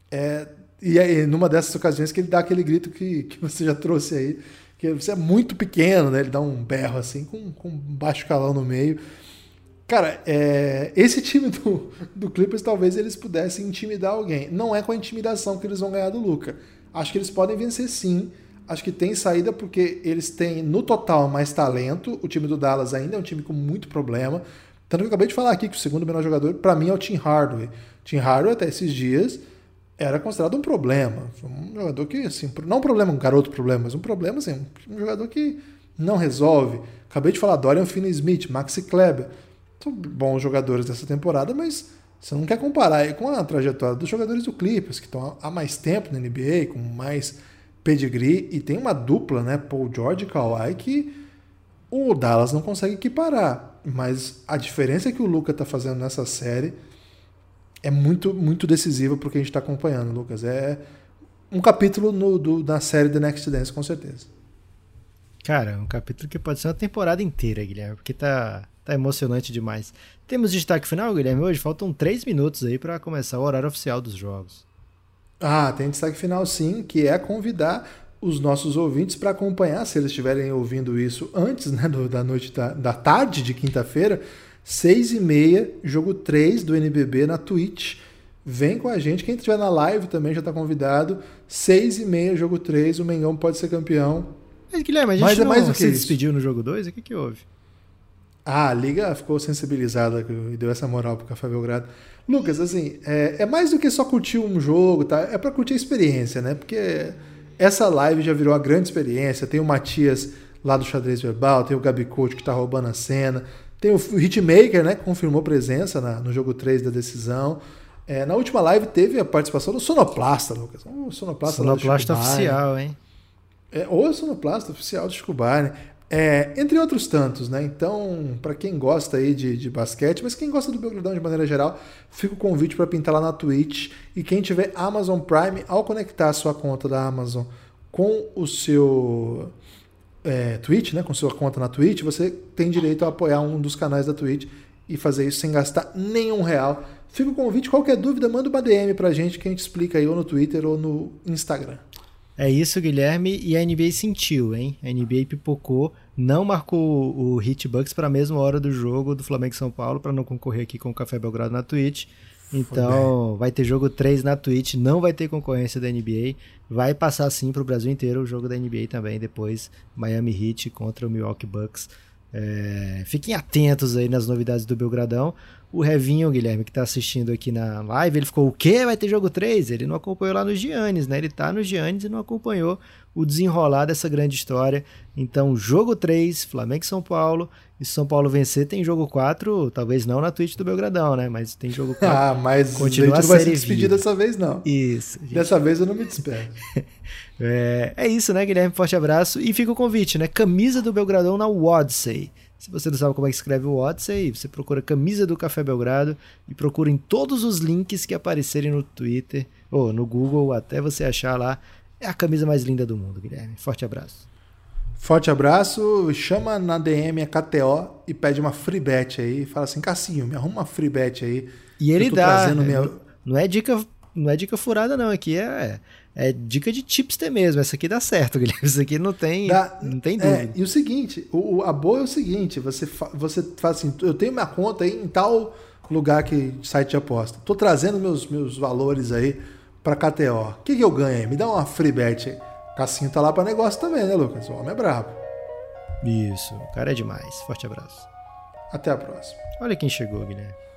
E aí, numa dessas ocasiões que ele dá aquele grito que você já trouxe aí, que você é muito pequeno, né? Ele dá um berro, assim, com um baixo calão no meio. Cara, esse time do Clippers, talvez eles pudessem intimidar alguém. Não é com a intimidação que eles vão ganhar do Luka. Acho que eles podem vencer, sim. Acho que tem saída porque eles têm, no total, mais talento. O time do Dallas ainda é um time com muito problema. Tanto que eu acabei de falar aqui que o segundo melhor jogador, para mim, é o Tim Hardaway. Tim Hardaway, até esses dias, era considerado um problema. Um jogador que, assim, não um problema, um garoto problema, mas um problema, assim, um jogador que não resolve. Acabei de falar Dorian Finney-Smith, Maxi Kleber. São bons jogadores dessa temporada, mas você não quer comparar aí com a trajetória dos jogadores do Clippers, que estão há mais tempo na NBA, com mais pedigree, e tem uma dupla, né, Paul George e Kawhi, que o Dallas não consegue equiparar. Mas a diferença que o Luka está fazendo nessa série é muito, muito decisiva para o que a gente está acompanhando, Lucas. É um capítulo na série The Next Dance, com certeza. Cara, um capítulo que pode ser uma temporada inteira, Guilherme, porque tá emocionante demais. Temos destaque final, Guilherme, hoje? Faltam 3 minutos aí para começar o horário oficial dos jogos. Tem destaque final, sim, que é convidar os nossos ouvintes para acompanhar, se eles estiverem ouvindo isso antes, né, da noite da tarde de quinta-feira, 6h30, jogo 3 do NBB na Twitch. Vem com a gente, quem estiver na live também já está convidado. 6h30, jogo 3, o Mengão pode ser campeão. Mas, Guilherme, a gente não se despediu no jogo 2? O que houve? A Liga ficou sensibilizada e deu essa moral pro Café Belgrado. Lucas, assim, é mais do que só curtir um jogo, tá? É para curtir a experiência, né? Porque essa live já virou uma grande experiência. Tem o Matias lá do Xadrez Verbal, tem o Gabi Couto que tá roubando a cena, tem o Hitmaker, né, que confirmou presença no jogo 3 da decisão. Na última live teve a participação do Sonoplasta, Lucas. O Sonoplasta oficial, hein? Ou Sonoplasta Oficial de Chico Barney. Entre outros tantos, né? Então, para quem gosta aí de basquete, mas quem gosta do Belgradão de maneira geral, fica o convite para pintar lá na Twitch. E quem tiver Amazon Prime, ao conectar a sua conta da Amazon com o seu Twitch, né? Com sua conta na Twitch, você tem direito a apoiar um dos canais da Twitch e fazer isso sem gastar nenhum real. Fica o convite, qualquer dúvida, manda uma DM pra gente que a gente explica aí ou no Twitter ou no Instagram. É isso, Guilherme, e a NBA sentiu, hein? A NBA pipocou, não marcou o Hitbucks para a mesma hora do jogo do Flamengo e São Paulo, para não concorrer aqui com o Café Belgrado na Twitch. Então, vai ter jogo 3 na Twitch, não vai ter concorrência da NBA. Vai passar sim para o Brasil inteiro o jogo da NBA também, depois Miami Heat contra o Milwaukee Bucks. Fiquem atentos aí nas novidades do Belgradão. O Revinho, Guilherme, que tá assistindo aqui na live, ele ficou, o quê? Vai ter jogo 3? Ele não acompanhou lá nos Giannis, né? Ele tá nos Giannis e não acompanhou o desenrolar dessa grande história. Então, jogo 3, Flamengo e São Paulo. E se São Paulo vencer, tem jogo 4, talvez não na Twitch do Belgradão, né? Mas tem jogo 4. Mas continua a gente não vai se despedir dessa vez, não. Isso. Gente. Dessa vez eu não me despeço. É isso, né, Guilherme? Forte abraço. E fica o convite, né? Camisa do Belgradão na Wodsey. Se você não sabe como é que escreve o Wodsey, você procura Camisa do Café Belgrado e procura em todos os links que aparecerem no Twitter ou no Google até você achar lá. É a camisa mais linda do mundo, Guilherme. Forte abraço. Forte abraço. Chama na DM a KTO e pede uma free bet aí. Fala assim, Cassinho, me arruma uma free bet aí. E ele dá. Não é dica furada não, aqui é dica de tipster mesmo. Essa aqui dá certo, Guilherme. Isso aqui não tem dúvida. E o seguinte, a boa é o seguinte, você faz assim, eu tenho minha conta aí em tal lugar que site de aposta. Tô trazendo meus valores aí pra KTO. O que eu ganho aí? Me dá uma free bet aí. Cassinho tá lá pra negócio também, né, Lucas? O homem é brabo. Isso, o cara é demais. Forte abraço. Até a próxima. Olha quem chegou, Guilherme.